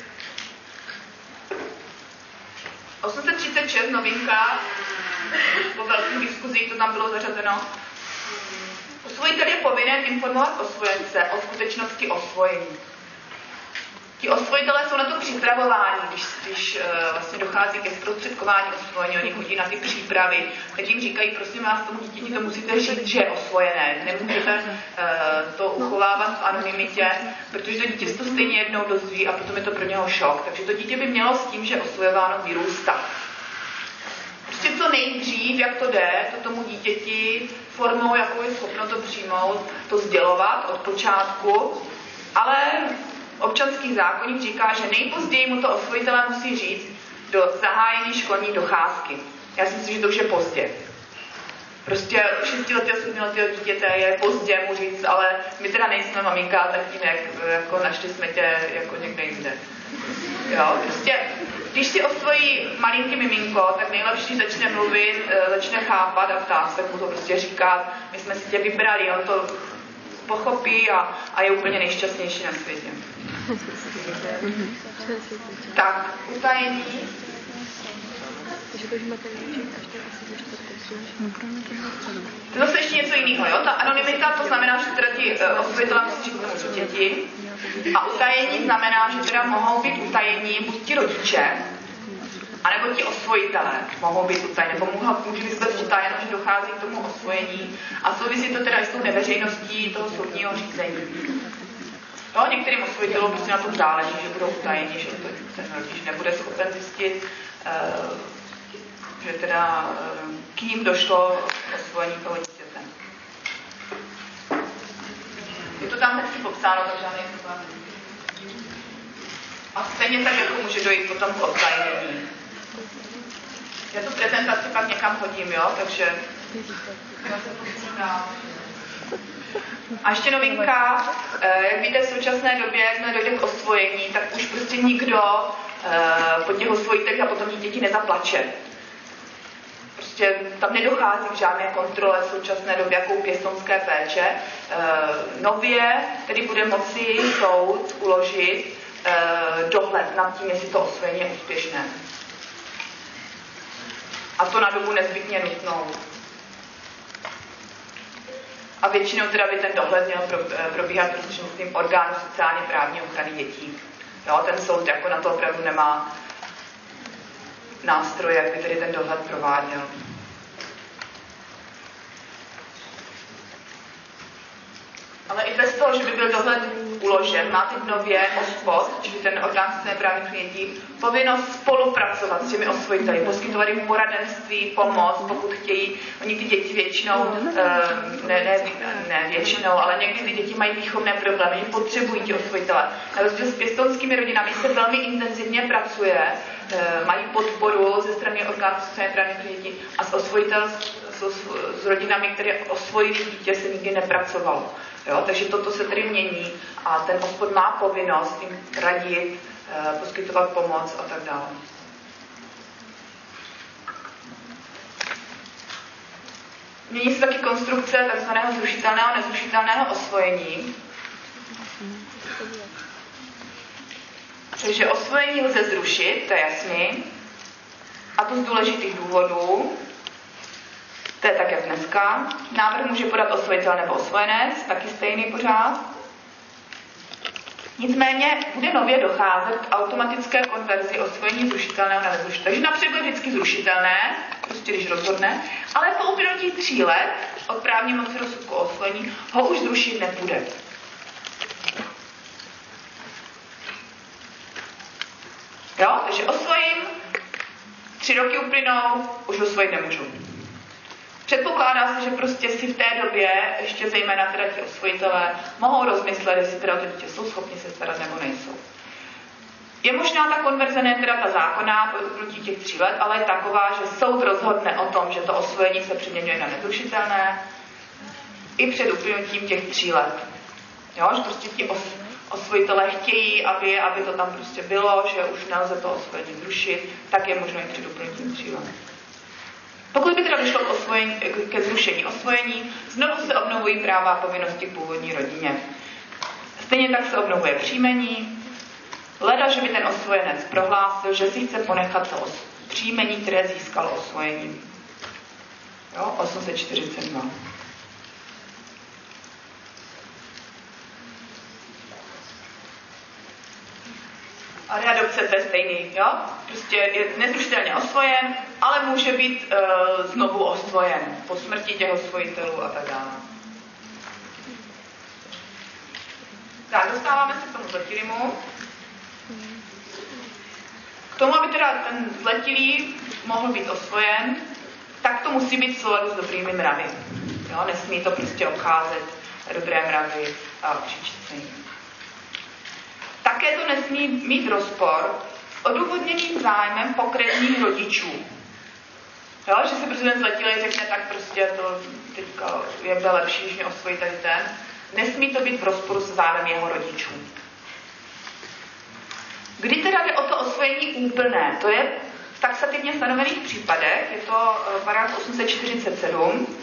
836, novinka, po velkých diskuzích to tam bylo zařazeno. Osvojitel je povinen informovat osvojence o skutečnosti osvojení. Ti osvojitelé jsou na to připravováni, když vlastně dochází ke zprostředkování osvojení, oni chodí na ty přípravy, tak jim říkají, prosím vás, tomu dítěti to musíte říct, že je osvojené, nemůžete to uchovávat v anonymitě, protože to dítě to stejně jednou dozví a potom je to pro něho šok. Takže to dítě by mělo s tím, že je osvojováno, vyrůstat. Prostě co nejdřív, jak to jde, to tomu dítěti formou, jakou je schopno to přijmout, to sdělovat od počátku, ale občanský zákoník říká, že nejpozději mu to osvojitelé musí říct do zahájení školní docházky. Já si myslím, že to už je pozdě. Prostě 6letého, 7letého dítěte je pozdě mu říct, ale my teda nejsme maminka, tatínek, jako našli jsme tě jako někde jinde. Jo, prostě, když si osvojí malinký miminko, tak nejlepší začne mluvit, začne chápat a ptát se, mu to prostě říkat, my jsme si tě vybrali, on to pochopí a je úplně nejšťastnější na světě. Tak, utajení. To je zase ještě něco jiného, jo? Ta anonymita, to znamená, že teda ti osvojitelé musí říct tomu děti. A utajení znamená, že teda mohou být utajení buď ti rodiče, anebo ti osvojitelé mohou být utajení, nebo může být vůbec utajeno, že dochází k tomu osvojení. A souvisí to teda i s tou neveřejností toho soudního řízení. No, některým osvojitelům prostě na tom záleží, že budou utajeni, že ten rodič nebude schopen zjistit, že teda kým došlo k osvojení toho dítěte. Je to tam hezky popsáno, tak žádný problém. A stejně tak, jako může dojít potom k odtajení. Já tu prezentaci pak někam hodím, jo, takže já se pokusím dál. A ještě novinka, jak víte, v současné době, jak dojde k osvojení, tak už prostě nikdo po těch osvojitelích a potom děti nezaplače. Prostě tam nedochází k žádné kontrole v současné době jako u pěstounské péče. Nově tedy bude moci soud uložit dohled nad tím, jestli to osvojení je úspěšné. A to na dobu nezbytně nutnou. A většinou teda by ten dohled měl probíhat prostřednictvím orgánů sociálně právní ochrany dětí. Jo, ten soud jako na to opravdu nemá nástroje, jak by tedy ten dohled prováděl. Ale i bez toho, že by byl dohled uložen, má teď nově OSPOD, čili ten orgán sociálně právní ochrany dětí, povinnost spolupracovat s těmi osvojiteli, poskytovat jim poradenství, pomoc, pokud chtějí. Oni ty děti většinou, ne většinou, ale někdy ty děti mají výchovné problémy, že potřebují ti osvojitele. Na rozdíl s pěstounskými rodinami se velmi intenzivně pracuje, mají podporu ze strany orgánů sociálně právní ochrany dětí a s rodinami, které osvojili dítě, se nikdy nepracovalo. Jo, takže toto se tedy mění a ten OSPOD má povinnost jim radit, poskytovat pomoc a tak dále. Mění se taky konstrukce takzvaného zrušitelného a nezrušitelného osvojení. Takže osvojení lze zrušit, to je jasný, a to z důležitých důvodů. To je tak, jak dneska. Návrh může podat osvojitel nebo osvojenec, taky stejný pořád. Nicméně bude nově docházet k automatické konverzi osvojení zrušitelného na nezrušitelné. Takže například vždycky zrušitelné, prostě když rozhodne, ale po uplynutí 3 let od právní moci rozsudku o osvojení ho už zrušit nepůjde. Jo? Takže osvojím, 3 roky uplynou, už osvojit nemůžu. Předpokládá se, že prostě si v té době, ještě zejména teda ti osvojitelé, mohou rozmyslet, jestli teda to dítě jsou schopni se starat nebo nejsou. Je možná ta konverze, ne teda ta zákonná po uplynutí těch 3 let, ale je taková, že soud rozhodne o tom, že to osvojení se přeměňuje na nezrušitelné i před uplynutím těch 3 let. Jo, že prostě ti osvojitelé chtějí, aby to tam prostě bylo, že už nelze to osvojení zrušit, tak je možno i před uplynutím 3 let. Pokud by teda došlo ke zrušení osvojení, znovu se obnovují práva a povinnosti k původní rodině. Stejně tak se obnovuje příjmení, leda, že by ten osvojenec prohlásil, že si chce ponechat to příjmení, které získal osvojením. Jo, 842. A readopce to je stejný, jo? Prostě je nezrušitelně osvojen, ale může být znovu osvojen po smrti těch osvojitelů a tak dále. Tak, dostáváme se k tomu zletilému. K tomu, aby teda ten zletilý mohl být osvojen, tak to musí být v souladu s dobrými mravy. Jo? Nesmí to prostě obcházet dobré mravy a příčetní. Také to nesmí mít rozpor s odůvodněným zájmem pokrevních rodičů. Jo, že si prostě ten zletilý řekne, tak prostě to teďka je lepší, když mě osvojí tady ten. Nesmí to být v rozporu s zájmem jeho rodičů. Kdy teda jde o to osvojení úplné? To je v taxativně stanovených případech, je to paragraf 847.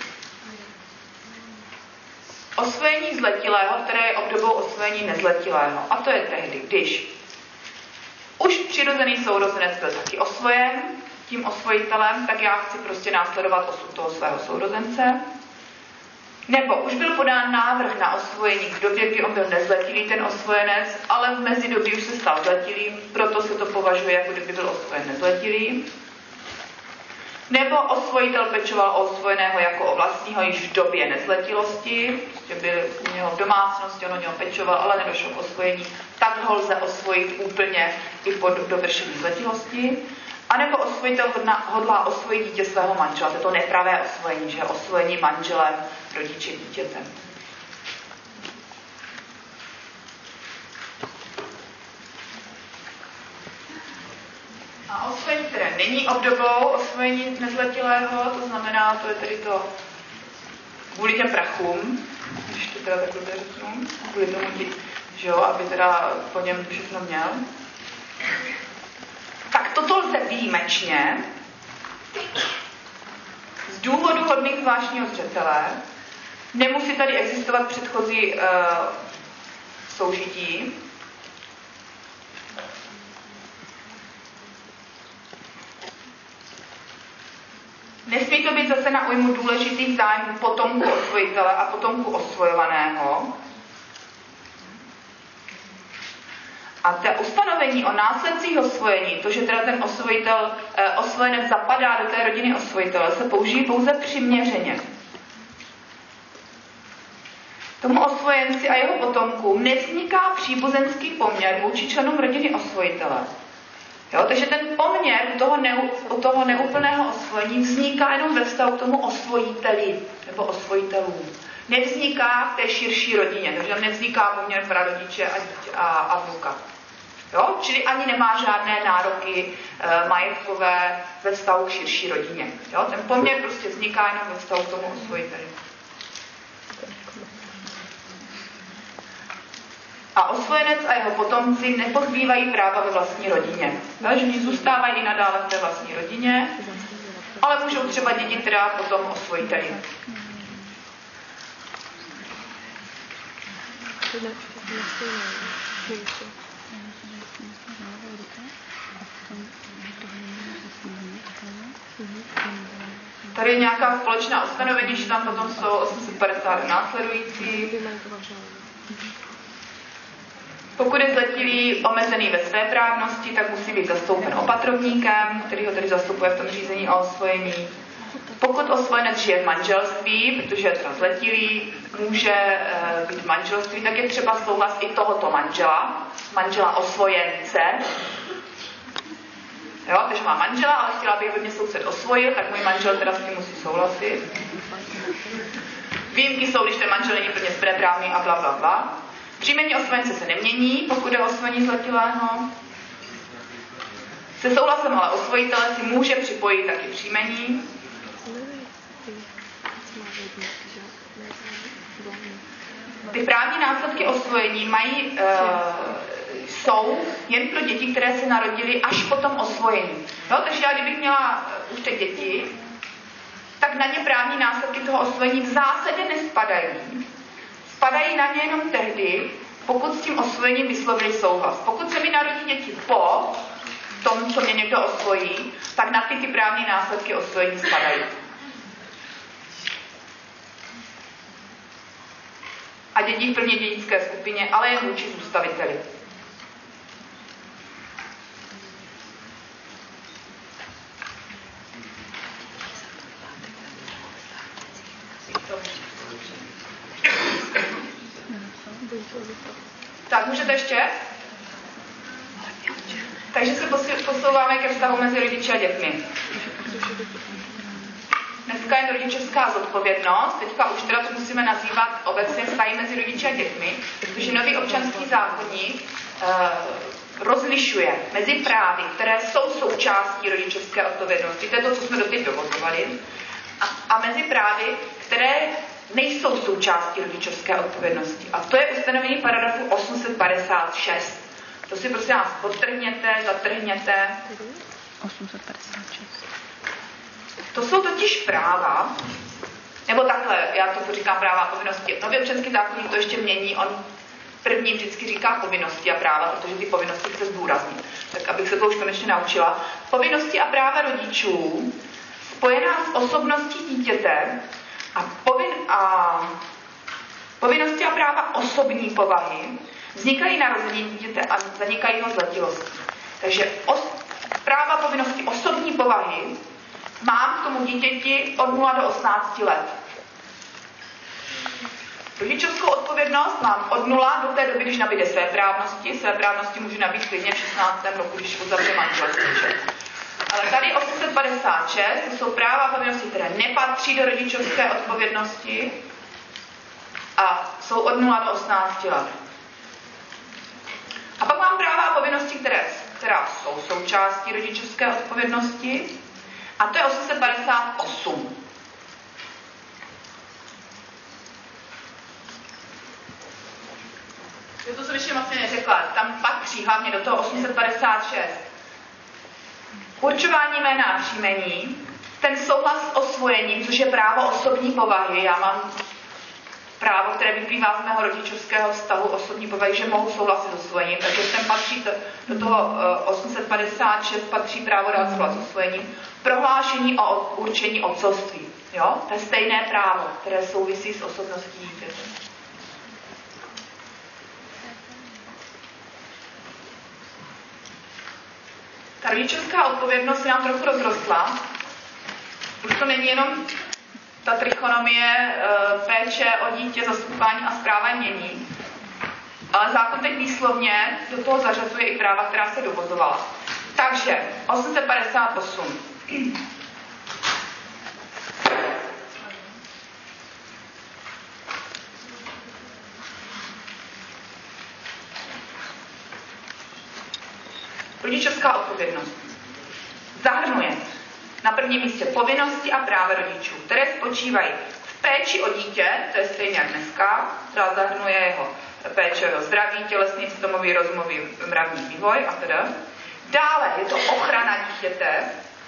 Osvojení zletilého, které je obdobou osvojení nezletilého. A to je tehdy, když už přirozený sourozenec byl taky osvojen tím osvojitelem, tak já chci prostě následovat osud toho svého sourozence. Nebo už byl podán návrh na osvojení v době, kdy on byl nezletilý, ten osvojenec, ale v mezidobí už se stal zletilým, proto se to považuje, jako kdyby byl osvojen nezletilý. Nebo osvojitel pečoval o osvojeného jako o vlastního již v době nezletilosti, prostě byl u něho v domácnosti, on o něho pečoval, ale nedošlo k osvojení, tak ho lze osvojit úplně i po dovršení zletilosti. A nebo osvojitel hodlá osvojit dítě svého manžela, to je to nepravé osvojení, že je osvojení manželem rodiče dítěte. A osvojení, které není obdobou osvojení nezletilého, to znamená, to je tedy to kvůli těm prachům, když to teda takhle řeknu, kvůli tomu, že jo, aby teda po něm všechno měl. Tak toto lze výjimečně z důvodu hodných zvláštního zřetele. Nemusí tady existovat předchozí soužití. Nesmí to být zase na újmu důležitých zájmů potomku osvojitele a potomku osvojovaného. A ta ustanovení o následcích osvojení, to, že teda ten osvojenec zapadá do té rodiny osvojitele, se použijí pouze přiměřeně. Tomu osvojenci a jeho potomkům nevzniká příbuzenský poměr vůči členům rodiny osvojitele. Jo, takže ten poměr u toho neúplného osvojení vzniká jenom ve vztahu k tomu osvojiteli nebo osvojitelům. Nevzniká v té širší rodině, takže tam nevzniká poměr prarodiče a vnuka. Jo? Čili ani nemá žádné nároky majetkové ve vztahu k širší rodině. Jo? Ten poměr prostě vzniká jenom ve vztahu k tomu osvojiteli. A osvojenec a jeho potomci nepozbývají práva ve vlastní rodině. Takže oni zůstávají i nadále v té vlastní rodině, ale můžou třeba dědit teda potom osvojiteli. Tady je nějaká společná ustanovení, že tam potom jsou 850 následující. Pokud je zletilý omezený ve své právnosti, tak musí být zastoupen opatrovníkem, který ho tedy zastupuje v tom řízení o osvojení. Pokud osvojenec žije v manželství, protože je teda zletilý, může být v manželství, tak je třeba souhlas i tohoto manžela osvojence. Jo, takže má manžela, ale chtěla bych, aby mě soused osvojil, tak můj manžel teda s tím musí souhlasit. Výjimky jsou, když ten manžel není plně svéprávný a bla, bla, bla. Příjmení osvojence se nemění, pokud je osvojení zletilého. Se souhlasem ale osvojitele si může připojit taky příjmení. Ty právní následky osvojení jsou jen pro děti, které se narodily až po tom osvojení. No, takže já kdybych měla už teď děti, tak na ně právní následky toho osvojení v zásadě nespadají. Spadají na ně jenom tehdy, pokud s tím osvojením vyslovili souhlas. Pokud se mi narodí děti po tom, co mě někdo osvojí, tak na ty právní následky osvojení spadají. A děti v plně dědické skupině, ale jen vůči zůstaviteli. Tak, můžete ještě? Takže se posouváme ke vztahu mezi rodiči a dětmi. Dneska je rodičovská zodpovědnost, teďka už teda to musíme nazývat obecně vztahy mezi rodiči a dětmi, protože nový občanský zákoník rozlišuje mezi právy, které jsou součástí rodičovské odpovědnosti, to je to, co jsme doteď dovozovali, a mezi právy, které nejsou součástí rodičovské odpovědnosti. A to je ustanovení paragrafu 856. To si prosím vás podtrhněte, zatrhněte. 856. To jsou totiž práva, nebo takhle, já to říkám práva a povinnosti. Nový občanský zákoník to ještě mění, on první vždycky říká povinnosti a práva, protože ty povinnosti chce zdůraznit. Tak abych se to už konečně naučila. Povinnosti a práva rodičů spojená s osobností dítěte a povinnosti a práva osobní povahy vznikají narozením dítěte a zanikají jeho zletilosti. Takže práva povinnosti osobní povahy mám k tomu dítěti od 0 do 18 let. Rodičovskou odpovědnost mám od 0 do té doby, když nabíde svéprávnosti. Svéprávnosti můžu nabít klidně v 16. roku, když uzavře manželství. Ale tady 856, to jsou práva a povinnosti, které nepatří do rodičovské odpovědnosti a jsou od 0 do 18 let. A pak mám práva a povinnosti, která jsou součástí rodičovské odpovědnosti, a to je 858. To jsem ještě vlastně neřekla, tam patří hlavně do toho 856. Určování jména a příjmení, ten souhlas s osvojením, což je právo osobní povahy. Já mám právo, které vyplývá z mého rodičovského vztahu osobní povahy, že mohu souhlasit s osvojením, takže ten patří do toho 856 patří právo dát souhlas s osvojením. Prohlášení o určení otcovství. Jo? To je stejné právo, které souvisí s osobností dítěte. Ta rodičovská odpovědnost se nám trochu rozrostla. Už to není jenom ta trichonomie, péče o dítě, zastupování a správa jmění. Ale zákon teď výslovně do toho zařazuje i práva, která se dovozovala. Takže 858. Rodičovská odpovědnost zahrnuje na prvním místě povinnosti a práva rodičů, které spočívají v péči o dítě, to je stejně jak dneska, která zahrnuje jeho péče o jeho zdraví, tělesný, vzdomový, rozumový, mravní vývoj a teda. Dále je to ochrana dítěte.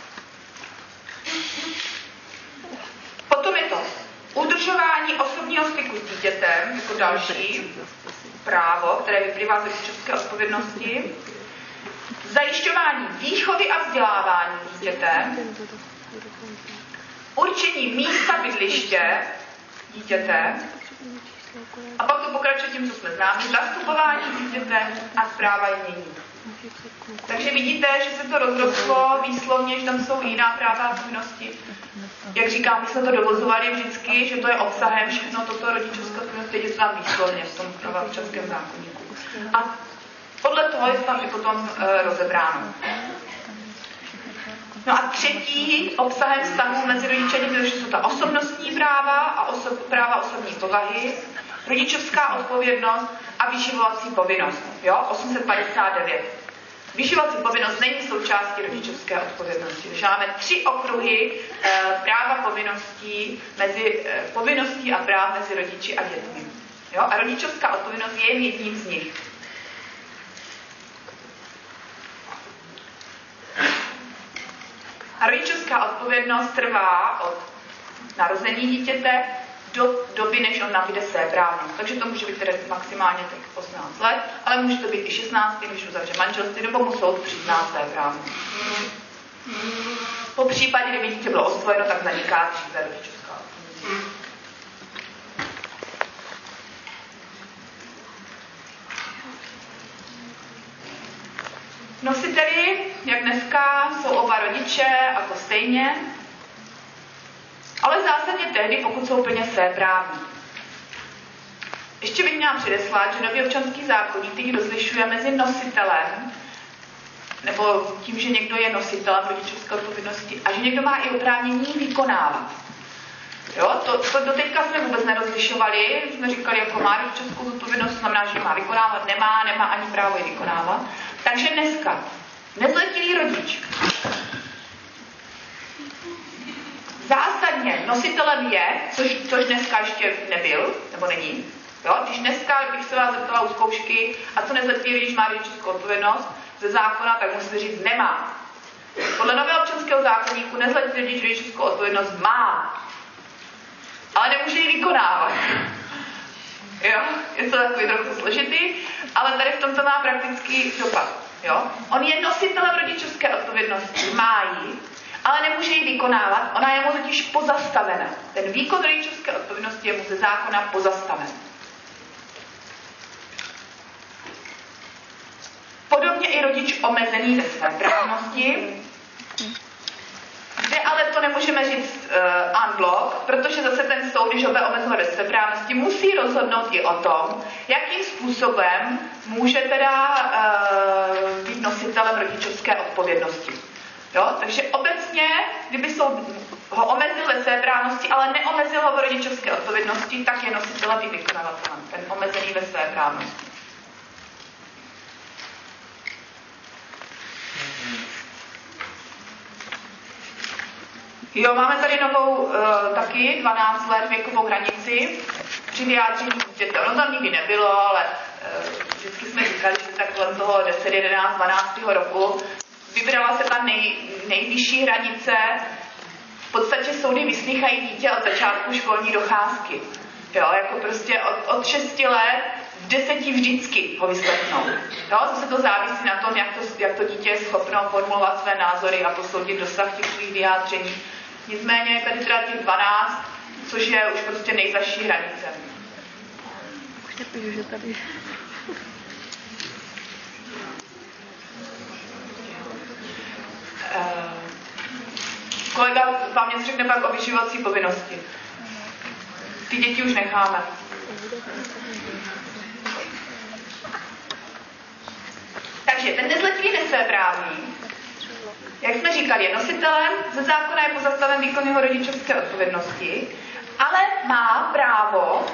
Potom je to udržování osobního styku s dítětem, jako další právo, které vyplývá z rodičovské odpovědnosti. Zajišťování výchovy a vzdělávání dítěte. určení místa bydliště dítěte a pak to pokračuje tím, co jsme známi, zastupování dítěte a správa jmění. Takže vidíte, že se to rozrostlo výslovně, že tam jsou jiná práva a povinnosti. Jak říkám, my jsme to dovozovali vždycky, že to je obsahem všechno toto rodičovské odpovědnosti, je to tam výslovně v tom občanském zákoníku. A podle toho je to tam i potom rozebráno. No a třetí obsahem vztahu mezi rodiči a dětmi jsou ta osobnostní práva a práva osobní povahy, rodičovská odpovědnost a vyživovací povinnost. Jo? 859. Vyživovací povinnost není součástí rodičovské odpovědnosti. Takže máme 3 okruhy práva povinností a práv mezi rodiči a dětmi. Jo? A rodičovská odpovědnost je jedním z nich. A rodičovská odpovědnost trvá od narození dítěte do doby, než on nabyde svéprávnost. Takže to může být tedy maximálně 18 let, ale může to být i 16, když uzavře manželství, nebo mu soud přizná svéprávnost. Po případě, kdyby dítě bylo osvojeno, tak zaniká dříve rodičovská odpovědnost. Nositeli, jak dneska, jsou oba rodiče, a to stejně, ale zásadně tehdy, pokud jsou plně svéprávní. Ještě bych měla předeslat, že nový občanský zákoník teď rozlišuje mezi nositelem, nebo tím, že někdo je nositelem rodičovské odpovědnosti a že někdo má i oprávnění vykonávat. Jo, to doteďka jsme vůbec nerozlišovali, jsme říkali, jako má rodičovskou odpovědnost, znamená, že má vykonávat, nemá ani právo ji vykonávat. Takže dneska nezletilý rodič zásadně nositelem je, což dneska ještě nebyl, nebo není. Jo? Když dneska bych se vás zeptala u zkoušky, a co nezletilý rodič má rodičovskou odpovědnost ze zákona, tak musíte říct nemá. Podle nového občanského zákoníku nezletilý rodič rodičovskou odpovědnost má, ale nemůže ji vykonávat. Jo? Je to takový trochu složitý, ale tady v tom to má praktický dopad. Jo? On je nositelem rodičovské odpovědnosti, má ji, ale nemůže ji vykonávat, ona je mu totiž pozastavena. Ten výkon rodičovské odpovědnosti je mu ze zákona pozastaven. Podobně i rodič omezený ve svéprávnosti, kde ale to nemůžeme říct en bloc, protože zase ten soud, když ho bude omezovat ve svéprávnosti, musí rozhodnout i o tom, jakým způsobem může teda být nositelem rodičovské odpovědnosti. Jo? Takže obecně, kdyby soud ho omezil ve svéprávnosti, ale neomezil ho v rodičovské odpovědnosti, tak je nositelem i vykonavatelem, ten omezený ve svéprávnosti. Jo, máme tady novou taky 12 let věkovou hranici při vyjádření dítěte. Ono tam nikdy nebylo, ale vždycky jsme říkali, že tak kolem toho 10, 11, 12. roku vybrala se ta nejvyšší hranice. V podstatě soudy vyslýchají dítě od začátku školní docházky. Jo, jako prostě od 6 let v 10 vždycky ho vyslechnou. Jo, zase to závisí na tom, jak to dítě je schopno formulovat své názory a posoudit dosah těch svých vyjádření. Nicméně je tady teda těch 12, což je už prostě nejzaší hranice. Kolega vám něco řekne pak o vyživovací povinnosti. Ty děti už necháme. Takže ten nezletilý nesvéprávný, jak jsme říkali, je nositelem, ze zákona je pozastaven výkon jeho rodičovské odpovědnosti, ale má právo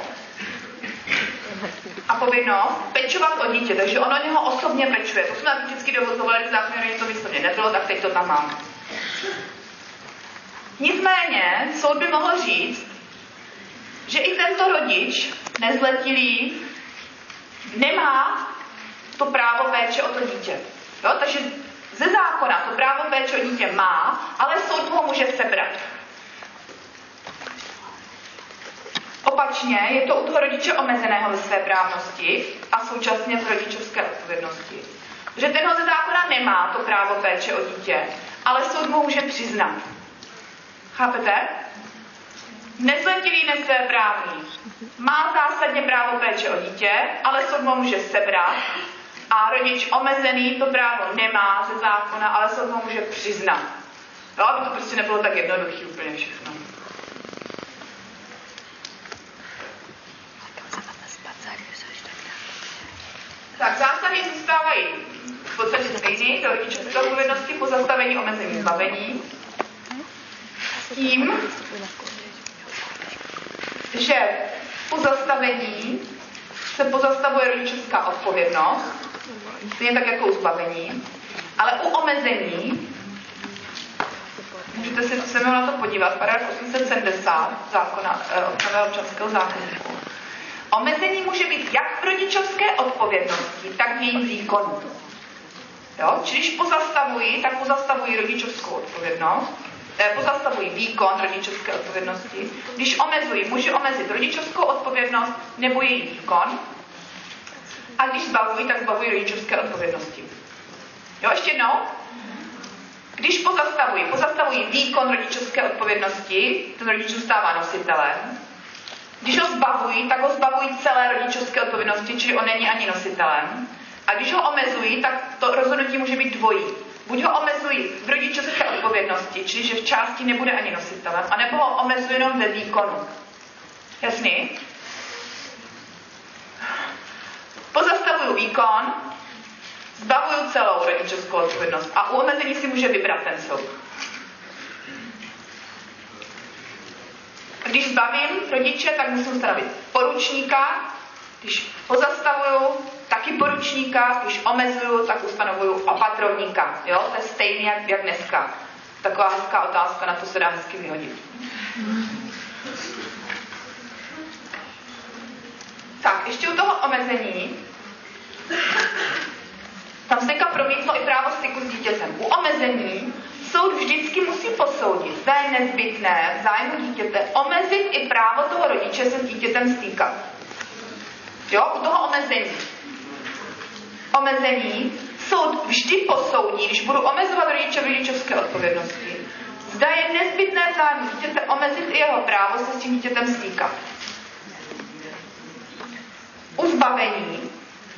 a povinnost pečovat o dítě, takže on o něho osobně pečuje. To jsme vždycky dovozovali, v zákoně to výslovně nebylo, tak teď to tam máme. Nicméně soud by mohl říct, že i tento rodič, nezletilý, nemá to právo péče o to dítě. Jo? Takže ze zákona to právo péče o dítě má, ale soud ho může sebrat. Opačně je to u toho rodiče omezeného ve svéprávnosti a současně v rodičovské odpovědnosti. Že ten ho ze zákona nemá to právo péče o dítě, ale soud mu může přiznat. Chápete? Nezletilý nesvéprávný má zásadně právo péče o dítě, ale soud ho může sebrat a rodič omezený to právo nemá ze zákona, ale soud ho může přiznat. Jo, aby to prostě nebylo tak jednoduchý úplně všechno. Tak zásahy zůstávají v podstatě stejný do rodičovské odpovědnosti, pozastavení, omezení, zbavení. S tím, že pozastavení se pozastavuje rodičovská odpovědnost, stejně tak jako u zbavení, ale u omezení, můžete se na to podívat, paragraf 870 zákona, občanského zákoníku. Omezení může být jak v rodičovské odpovědnosti, tak v jejím výkonu. Jo? Čili když pozastavují, tak pozastavují rodičovskou odpovědnost, pozastavují výkon rodičovské odpovědnosti. Když omezují, může omezit rodičovskou odpovědnost nebo její výkon. A když zbavují, tak zbavují rodičovské odpovědnosti. Jo, ještě jednou. Když pozastavují výkon rodičovské odpovědnosti, ten rodič zůstává nositelem. Když ho zbavují, tak ho zbavují celé rodičovské odpovědnosti, čili on není ani nositelem. A když ho omezují, tak to rozhodnutí může být dvojí. Buď ho omezují v rodičovské odpovědnosti, čili že v části nebude ani nositelem, anebo ho omezují jenom ve výkonu. Jasný? Pozastavuju výkon, zbavuju celou rodičovskou odpovědnost a u omezení si může vybrat ten soud. Když zbavím rodiče, tak musím stanovit poručníka. Když pozastavuju, taky poručníka. Když omezuju, tak ustanovuju opatrovníka. Jo? To je stejný jak dneska. Taková hezká otázka, na to se dá hezky vyhodit. Tak, ještě u toho omezení. Tam se teďka promítlo i právo styku s dítětem. U omezení soud vždycky musí posoudit, zda je nezbytné v zájmu dítěte omezit i právo toho rodiče se s dítětem stýkat. Jo, u toho omezení soud vždy posoudí, když budu omezovat rodiče v rodičovské odpovědnosti, zda je nezbytné v zájmu dítěte omezit i jeho právo se s tím dítětem stýkat. U zbavení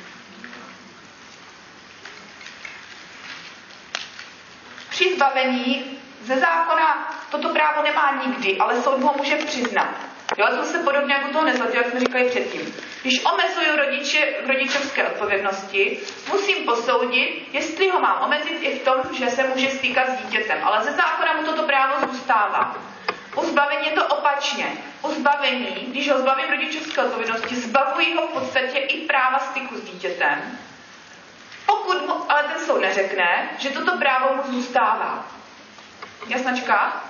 při zbavení ze zákona toto právo nemá nikdy, ale soud ho může přiznat. Jo, to se podobně jako toho nezletilého, jak jsme říkali předtím. Když omezuju rodiče v rodičovské odpovědnosti, musím posoudit, jestli ho mám omezit i v tom, že se může stýkat s dítětem. Ale ze zákona mu toto právo zůstává. U zbavení je to opačně. U zbavení, když ho zbavím rodičovské odpovědnosti, zbavuji ho v podstatě i práva styku s dítětem. Pokud mu ale ten soud neřekne, že toto právo mu zůstává. Jasnačka?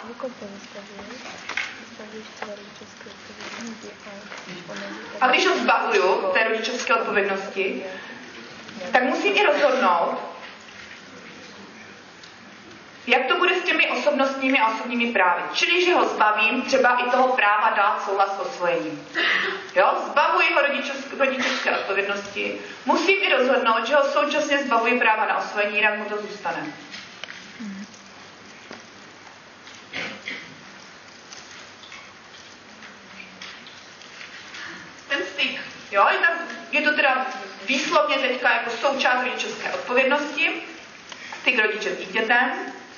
A když ho zbavuju té rodičovské odpovědnosti, tak musím i rozhodnout, jak to bude s těmi osobnostními a osobními právy. Čili, že ho zbavím třeba i toho práva dát souhlas s osvojením. Jo? Zbavuji ho rodičovské odpovědnosti. Musím i rozhodnout, že ho současně zbavuji práva na osvojení, jinak mu to zůstane. Ten styk. Jo? Je to teda výslovně teďka jako součást rodičovské odpovědnosti. Styk rodiče s dítětem.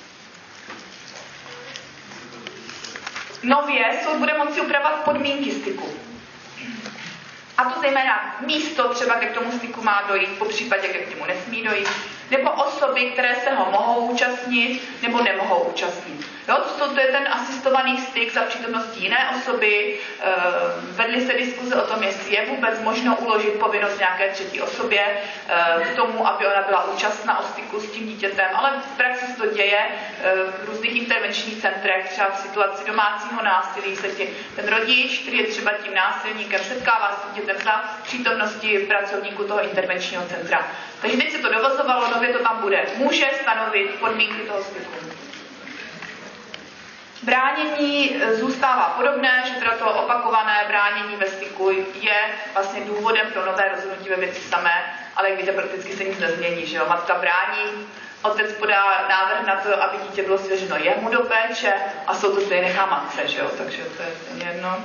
Nově soud bude moci upravovat podmínky styku. A to zejména místo třeba, kde k tomu styku má dojít, po případě, kde k němu nesmí dojít, nebo osoby, které se ho mohou účastnit, nebo nemohou účastnit. Jo, to je ten asistovaný styk za přítomností jiné osoby. Vedly se diskuze o tom, jestli je vůbec možno uložit povinnost nějaké třetí osobě k tomu, aby ona byla účastná o styku s tím dítětem, ale v praxi se to děje v různých intervenčních centrech, třeba v situaci domácího násilí se ten rodič, který je třeba tím násilníkem, setkává s dítětem za přítomnosti pracovníků toho intervenčního centra. Takže teď se to dovozovalo, nově to tam bude. Může stanovit podmínky toho styku. Bránění zůstává podobné, že teda to opakované bránění ve styku je vlastně důvodem pro nové rozhodnutí ve věci samé, ale jak víte, prakticky se nic nezmění, že jo? Matka brání otec podá návrh na to, aby dítě bylo svěřeno jemu do péče a soud to stejně nechá matce, že jo? Takže to je jedno.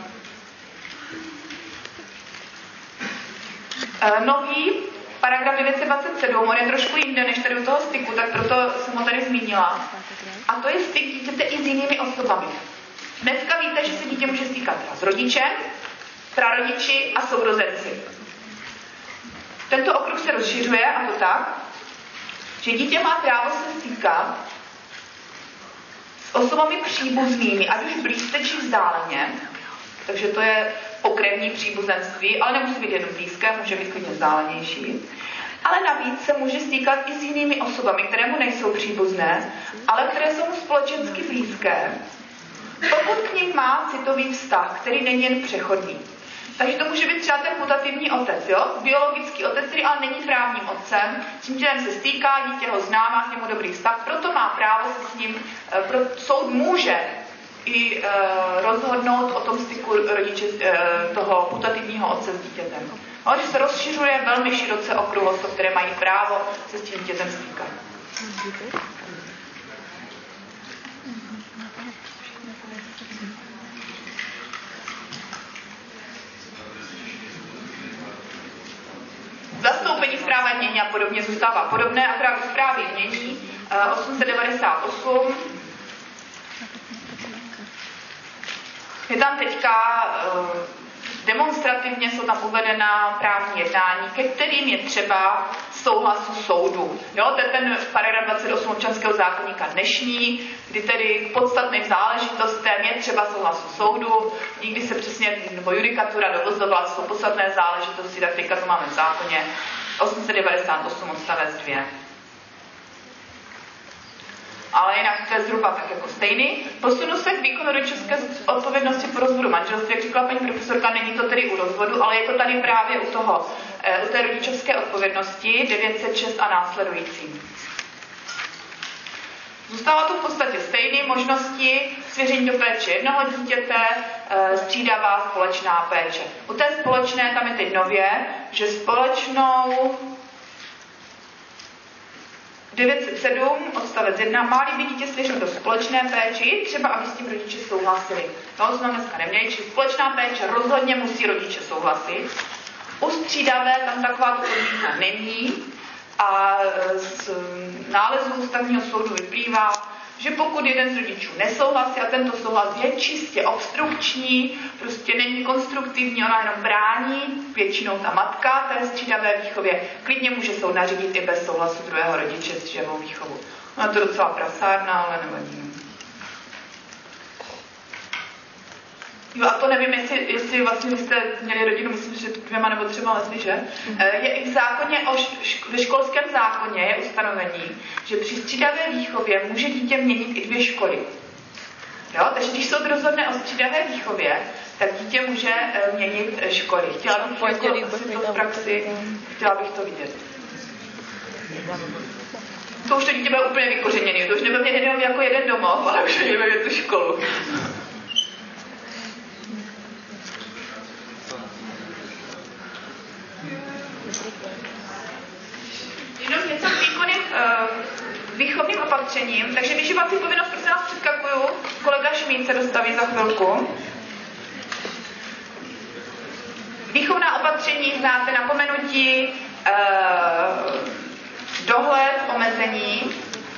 Nový paragraf 927, on je trošku jinde než tady u toho styku, tak proto jsem ho tady zmínila. A to je styk dítěte i s jinými osobami. Dneska víte, že se dítě může stýkat s rodičem, prarodiči a sourozenci. Tento okruh se rozšiřuje, a to tak, že dítě má právo se stýkat s osobami příbuznými, ať už blízce či vzdáleně, takže to je pokrevní příbuzenství, ale nemusí být jenom blízké, může být klidně vzdálenější. Ale navíc se může stýkat i s jinými osobami, které mu nejsou příbuzné, ale které jsou mu společensky blízké, pokud k nim má citový vztah, který není jen přechodný. Takže to může být třeba ten putativní otec, jo? Biologický otec, který ale není právním otcem, tím dítětem se stýká, dítě ho zná, má k němu dobrý vztah, proto má právo se s ním, soud může i rozhodnout o tom styku rodiče toho putativního otce s dítětem. No, že se rozšiřuje velmi široce okruh osob, které mají právo se s tím dítětem stýkat. Zastoupení správa mění a podobně zůstává podobné, akorát u zprávy mění 898. Je tam teďka demonstrativně jsou tam uvedena právní jednání, ke kterým je třeba souhlasu soudu. Jo, to je ten paragraf 28 občanského zákoníka dnešní, kdy tedy k podstatným záležitostem je třeba souhlasu soudu. Nikdy se přesně, nebo judikatura dovozovala, jsou podstatné záležitosti, tak teďka to máme v zákoně 898 odstavec 2. Ale jinak to je zhruba tak jako stejný. Posunu se k výkonu rodičovské odpovědnosti po rozvodu manželství. Jak říkala paní profesorka, není to tedy u rozvodu, ale je to tady právě u té rodičovské odpovědnosti 906 a následující. Zůstává to v podstatě stejné možnosti svěření do péče jednoho dítěte, střídavá společná péče. U té společné tam je teď nově, že společnou 907 odstavec 1 má-li být dítě svěřeno do společné péči, třeba aby s tím rodiče souhlasili. To jsme dneska neměli, či společná péče rozhodně musí rodiče souhlasit. U střídavé tam taková podmínka není a z nálezu ústavního soudu vyplývá, že pokud jeden z rodičů nesouhlasí a tento souhlas je čistě obstrukční, prostě není konstruktivní, ona jenom brání, většinou ta matka té střídavé výchově, klidně může soud nařídit i bez souhlasu druhého rodiče střídavou výchovu. No to docela prasárna, ale nevadí. Jo, a to nevím, jestli vlastně jste měli rodinu, myslím, že 2 nebo 3 lety, že? Je i v zákoně, ve školském zákoně je ustanovení, že při střídavé výchově může dítě měnit i 2 školy. Jo? Takže když soud rozhodne o střídavé výchově, tak dítě může měnit školy. Chtěla bych to v praxi, chtěla bych to vidět. To už to dítě bude úplně vykořeněný, to už nebude mít jenom jako jeden domov, ale už nebude mít tu školu. Jenom něco k výkonným výchovným opatřením, takže vyživovací povinnost, prosím vás, předskakuju, kolega Šmíd se dostaví za chvilku. Výchovná opatření znáte napomenutí, dohled, omezení.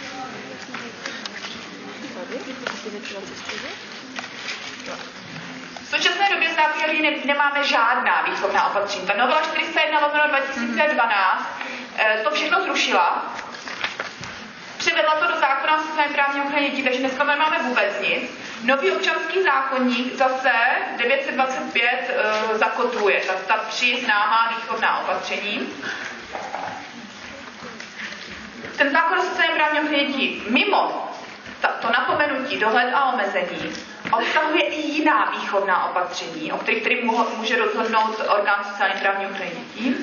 V současné době v zákoně nemáme žádná výchovná opatření. Ta novela 401/2012 to všechno zrušila. Přivedla to do zákona o sociálně-právní ochraně dětí, takže dneska nemáme vůbec nic. Nový občanský zákoník zase 925 zakotvuje ta 3 známá výchovná opatření. Ten zákon o sociálně-právní ochraně dětí mimo to napomenutí, dohled a omezení obsahuje i jiná výchovná opatření, o kterých tedy může rozhodnout orgán sociálně-právní ochrany dětí.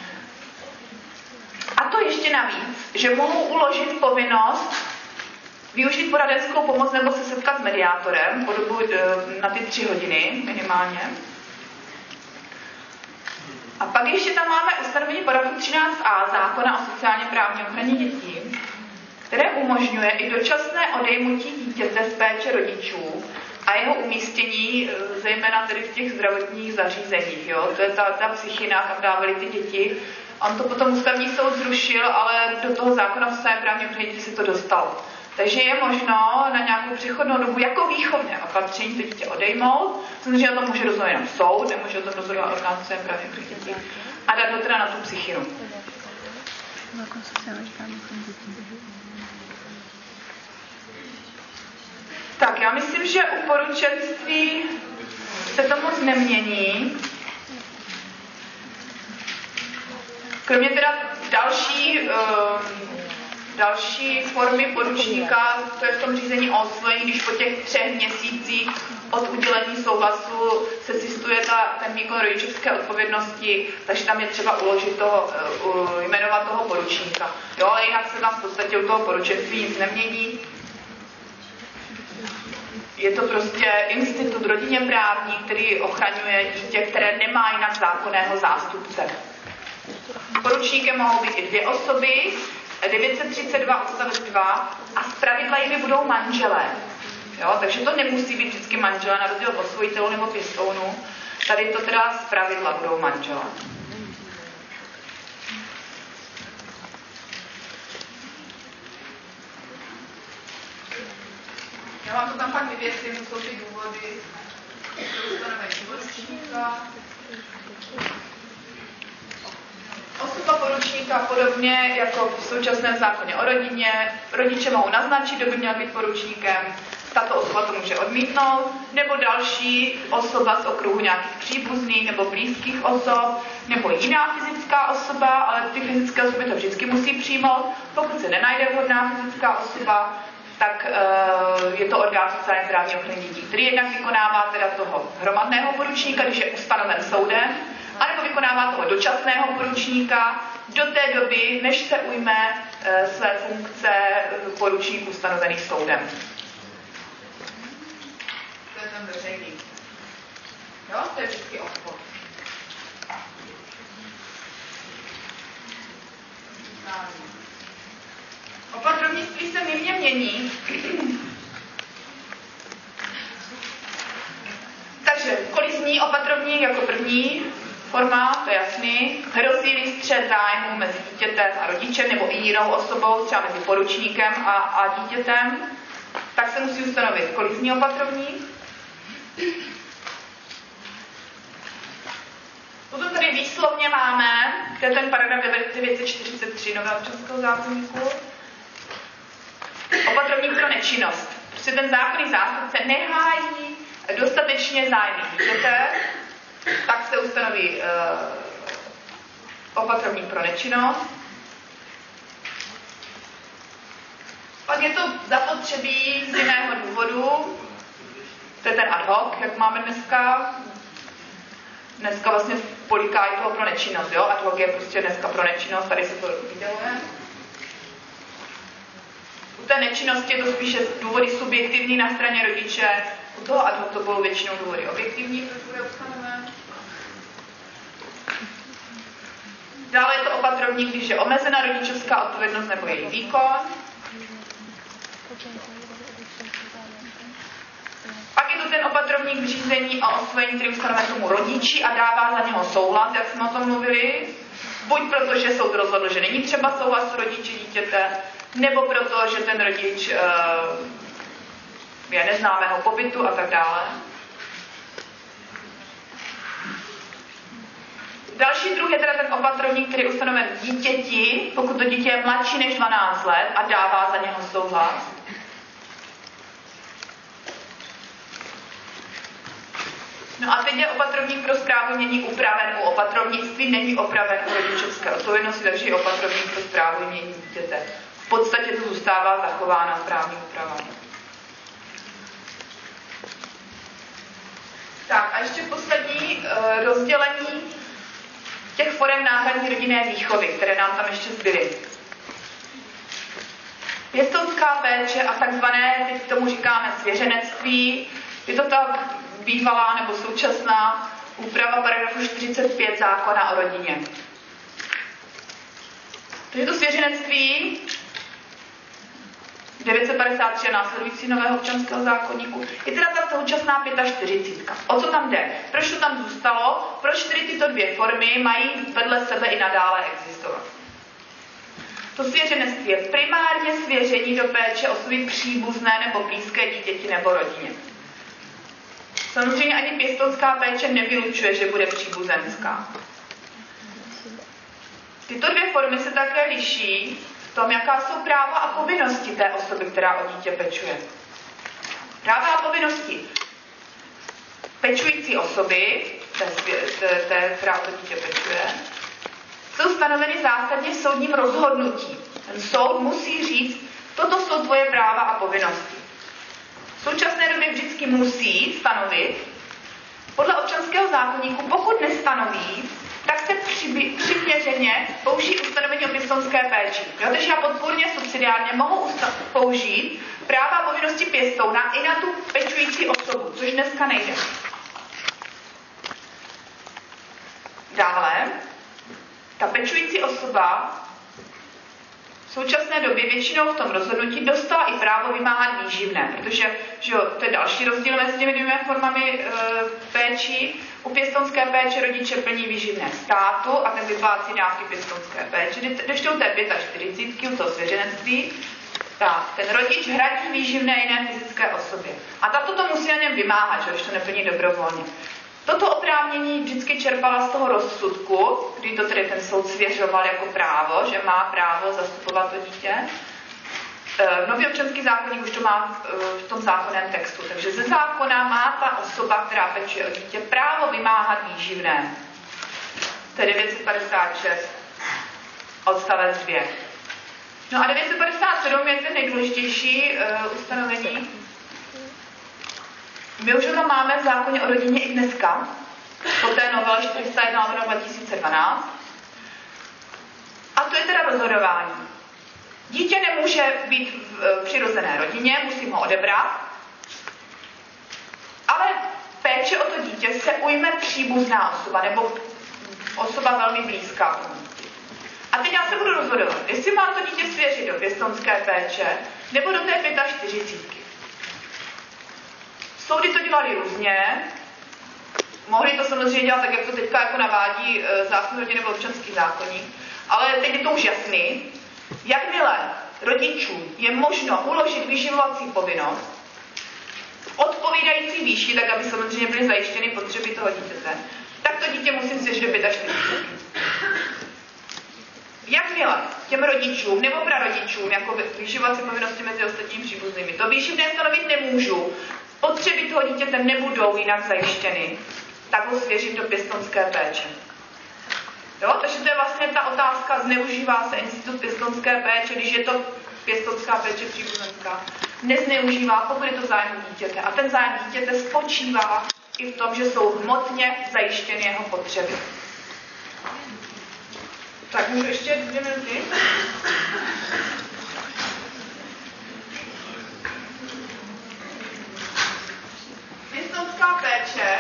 A to ještě navíc, že mohou uložit povinnost využít poradenskou pomoc nebo se setkat s mediátorem po dobu na ty 3 hodiny minimálně. A pak ještě tam máme ustanovení paragrafu 13a zákona o sociálně-právní ochraně dětí, které umožňuje i dočasné odejmutí dítěte z péče rodičů a jeho umístění, zejména tedy v těch zdravotních zařízeních. Jo? To je ta psychina, kam dávali ty děti. On to potom ústavní soud zrušil, ale do toho zákona o sociálně-právní ochraně dětí se to dostalo. Takže je možno na nějakou přechodnou dobu jako výchovné opatření to dítě odejmout. Samozřejmě o tom může rozhodnout jenom soud, nemůže o tom rozhodovat orgán sociálně-právní ochrany dětí. A dát ho teda na tu psychinu. Tak, já myslím, že u poručenství se to moc nemění. Kromě teda další formy poručníka, to je v tom řízení o osvojení, když po těch 3 měsících od udělení souhlasu se zjistuje ten výkon rodičovské odpovědnosti, takže tam je třeba jmenovat toho poručníka. Jo, ale jinak se tam v podstatě u toho poručenství nic nemění. Je to prostě institut rodině právní, který ochraňuje dítě, které nemá jinak zákonného zástupce. Poručníkem mohou být i 2 osoby, 932 odstavec 2 a zpravidla jimi budou manželé. Jo? Takže to nemusí být vždycky manželé, na rozdíl od osvojitelů nebo pěstounů. Tady to teda zpravidla budou manželé. Já vám to tam pak vyvěsím, jsou ty důvody pro ustanovení poručníka. Osoba poručníka podobně jako v současném zákoně o rodině. Rodiče mohou naznačit, kdo by měl být poručníkem. Tato osoba to může odmítnout. Nebo další osoba z okruhu nějakých příbuzných nebo blízkých osob. Nebo jiná fyzická osoba, ale ty fyzické osoby to vždycky musí přijmout. Pokud se nenajde vhodná fyzická osoba, tak je to orgán sociálně-právní ochrany dětí, který jednak vykonává teda toho hromadného poručníka, když je ustanoven soudem, anebo vykonává toho dočasného poručníka do té doby, než se ujme své funkce poručník ustanovený soudem. To je ten veřejný. Jo, to je vždycky obchod. Opatrovnictví se mírně mění. Takže kolizní opatrovník jako první forma, to je jasný. Hrozí-li střet zájmu mezi dítětem a rodičem nebo i jinou osobou, třeba mezi poručníkem a dítětem, tak se musí ustanovit kolizní opatrovník. Potom tady výslovně máme, to je ten paragraf 943 nového občanského zákoníku, opatrovník pro nečinnost. Prostě ten zákonný zástupce nehájí dostatečně zájmy dítěte, tak se ustanoví opatrovník pro nečinnost. Pak je to zapotřebí z jiného důvodu, to je ten ad hoc, jak máme dneska. Dneska vlastně poliká toho pro nečinnost, jo? Ad hoc je prostě dneska pro nečinnost, tady se to vyděluje. U té nečinnosti je to spíše důvody subjektivní na straně rodiče, u toho ad hoc to budou většinou důvody objektivní, proč bude ustanoven. Dále je to opatrovník, když je omezena rodičovská odpovědnost nebo její výkon. Pak je to ten opatrovník v řízení a osvojení, který ustanoven tomu rodiči a dává za něho souhlas, jak jsme o tom mluvili. Buď proto, že soud rozhodl, že není třeba souhlas rodiče dítěte, nebo proto, že ten rodič je neznámého pobytu a tak dále. Další druh je teda ten opatrovník, který je ustanoven dítěti, pokud to dítě je mladší než 12 let a dává za něho souhlas. No a teď je opatrovník pro správu jmění upraven u opatrovnictví, není upraven u rodičovské odpovědnosti, takže je opatrovník pro správu jmění dítěte. V podstatě to zůstává zachována správní úprava. Tak a ještě poslední rozdělení těch forem náhradní rodinné výchovy, které nám tam ještě zbyly. Pěstounská péče a takzvané, teď tomu říkáme svěřenectví, je to tak bývalá nebo současná úprava paragrafu 45 zákona o rodině. Takže to svěřenectví 953 a následující nového občanského zákoníku, je teda ta současná 45. O co tam jde? Proč to tam zůstalo? Proč tedy tyto dvě formy mají vedle sebe i nadále existovat? To svěřenectví je primárně svěření do péče osoby příbuzné nebo blízké dítěti nebo rodině. Samozřejmě ani pěstounská péče nevylučuje, že bude příbuzenská. Tyto dvě formy se také liší v tom, jaká jsou práva a povinnosti té osoby, která o dítě pečuje. Práva a povinnosti pečující osoby, která o to dítě pečuje, jsou stanoveny zásadně v soudním rozhodnutí. Ten soud musí říct, toto jsou tvoje práva a povinnosti. V současné době vždycky musí stanovit, podle občanského zákoníku, pokud nestanoví, tak se přiměřeně použijí ustanovení o pěstounské péči. Takže já podpůrně subsidiárně mohu použít práva a povinnosti pěstouna i na tu pečující osobu, což dneska nejde. Dále, ta pečující osoba v současné době většinou v tom rozhodnutí dostala i právo vymáhat výživné, protože že jo, to je další rozdíl mezi těmi dvěma formami péči. U pěstounské péče rodiče plní výživné státu a ten vyplácí dávky pěstounské péče. Když to u té 45, u toho svěřenectví, ten rodič hradí výživné jiné fyzické osobě. A tato to musí na něm vymáhat, že když to neplní dobrovolně. Toto oprávnění vždycky čerpala z toho rozsudku, kdy to tedy ten soud svěřoval jako právo, že má právo zastupovat to dítě. Nový občanský zákoník už to má v tom zákonném textu, takže ze zákona má ta osoba, která pečuje o dítě, právo vymáhat výživné. To je 956 odstavec 2. No a 957 je ten nejdůležitější ustanovení. My už to máme v zákoně o rodině i dneska, po té novele 401 2012. A to je teda rozhodování. Dítě nemůže být v přirozené rodině, musím ho odebrat, ale péče o to dítě se ujme příbuzná osoba nebo osoba velmi blízká. A teď já se budu rozhodovat, jestli mám to dítě svěřit do pěstounské péče nebo do té 45. Soudy to dělali různě, mohli to samozřejmě dělat tak, jak to teďka jako navádí zákon rodiny nebo občanský zákoník, ale teď je to už jasný. Jakmile rodičům je možno uložit vyživovací povinnost odpovídající výši, tak aby samozřejmě byly zajištěny potřeby toho dítěte, tak to dítě musí svěřit do 45. Jakmile těm rodičům nebo prarodičům jako vyživovací povinnosti mezi ostatními příbuznými to výživné stanovit nemůžu, potřeby toho dítěte nebudou jinak zajištěny, tak ho svěřím do pěstounské péče. Jo? Takže to je vlastně ta otázka, zneužívá se institut pěstounské péče, když je to pěstounská péče příbuzenská. Nezneužívá, pokud je to zájem dítěte. A ten zájem dítěte spočívá i v tom, že jsou hmotně zajištěny jeho potřeby. Tak můžu ještě 2 minuty? Pěstounská péče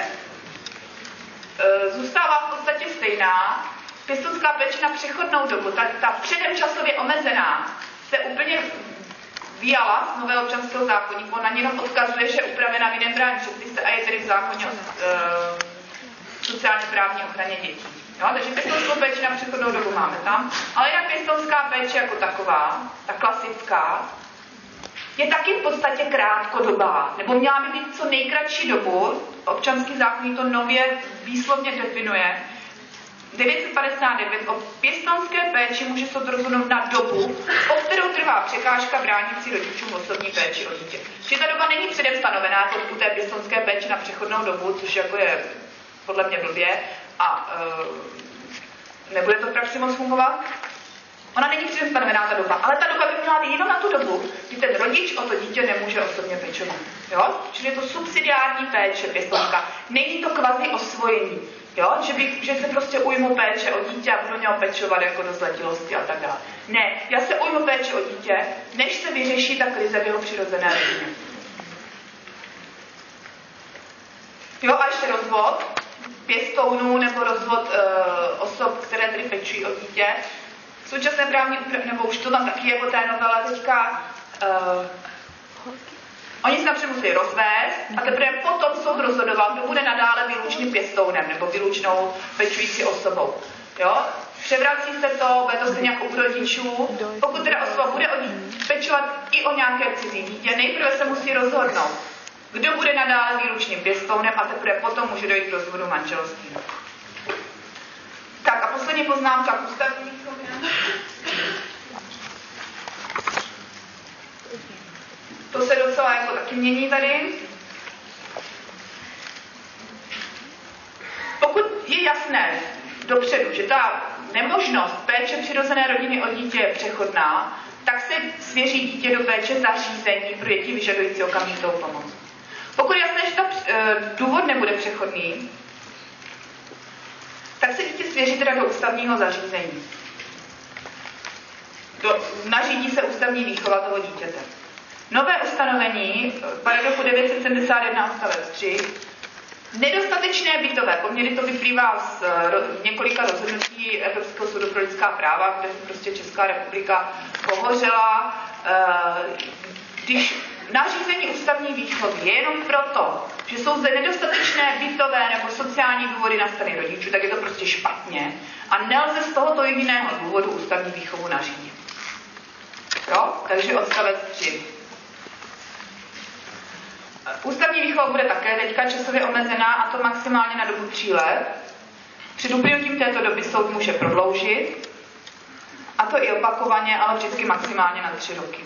zůstává v podstatě stejná. Pěstounská péče na přechodnou dobu, ta předem časově omezená, se úplně vyjala z nového občanského zákoníku. Ona jenom odkazuje, že je upravena v jiném právním předpise a je tedy v zákoně o sociálně právní ochraně dětí. Jo, takže pěstounskou péči na přechodnou dobu máme tam, ale jinak pěstounská péče jako taková, ta klasická, je taky v podstatě krátkodobá, nebo měla by být co nejkratší dobu. Občanský zákoník to nově výslovně definuje. 959 o pěstounské péči může soud rozhodnout na dobu, po kterou trvá překážka bránící rodičům osobní péči o dítě. Že ta doba není předem stanovená jako u té pěstounské péči na přechodnou dobu, což jako je podle mě blbě a nebude to v praxi moc fungovat. Ona není předem stanovená ta doba, ale ta doba by měla být jenom na tu dobu, kdy ten rodič o to dítě nemůže osobně pečovat. Jo? Čili je to subsidiární péče pěstounská. Není to kvazi osvojení. Jo? Že se prostě ujmu péče o dítě a budu něho pečovat jako do zletilosti a tak dále. Ne, já se ujmu péče o dítě, než se vyřeší ta krize v jeho přirozené rodině. Jo, a ještě rozvod pěstounů nebo rozvod osob, které tedy pečují o dítě. Současné právní úpravy, nebo už to tam taky jako té novela teďka, Oni se například musí rozvést a teprve potom soud rozhodoval, kdo bude nadále výlučným pěstounem nebo výlučnou pečující osobou. Jo? Převrací se to, bude to stejně jako u rodičů. Pokud teda osoba bude pečovat i o nějaké cizí dítě, nejprve se musí rozhodnout, kdo bude nadále výlučným pěstounem a teprve potom může dojít k rozvodu manželství. Tak a poslední poznámka k ústavní výchově. To se docela jako taky mění tady. Pokud je jasné dopředu, že ta nemožnost péče přirozené rodiny o dítě je přechodná, tak se svěří dítě do péče zařízení pro děti vyžadující okamžitou pomoc. Pokud je jasné, že ta důvod nebude přechodný, tak se dítě svěří teda do ústavního zařízení. Nařídí se ústavní výchova toho dítěte. Nové ustanovení paragrafu 971 odstavec 3. Nedostatečné bytové poměry, to vyplývá z několika rozhodnutí Evropského soudu pro lidská práva, kde prostě Česká republika pohořela. Když nařízení ústavní výchovy je jenom proto, že jsou zde nedostatečné bytové nebo sociální důvody na straně rodičů, tak je to prostě špatně a nelze z tohoto jediného důvodu ústavní výchovu nařídit. Jo? Takže odstavec 3. Ústavní výchova bude také teďka časově omezená, a to maximálně na dobu 3 let. Před uplynutím této doby soud může prodloužit, a to i opakovaně, ale vždycky maximálně na 3 roky.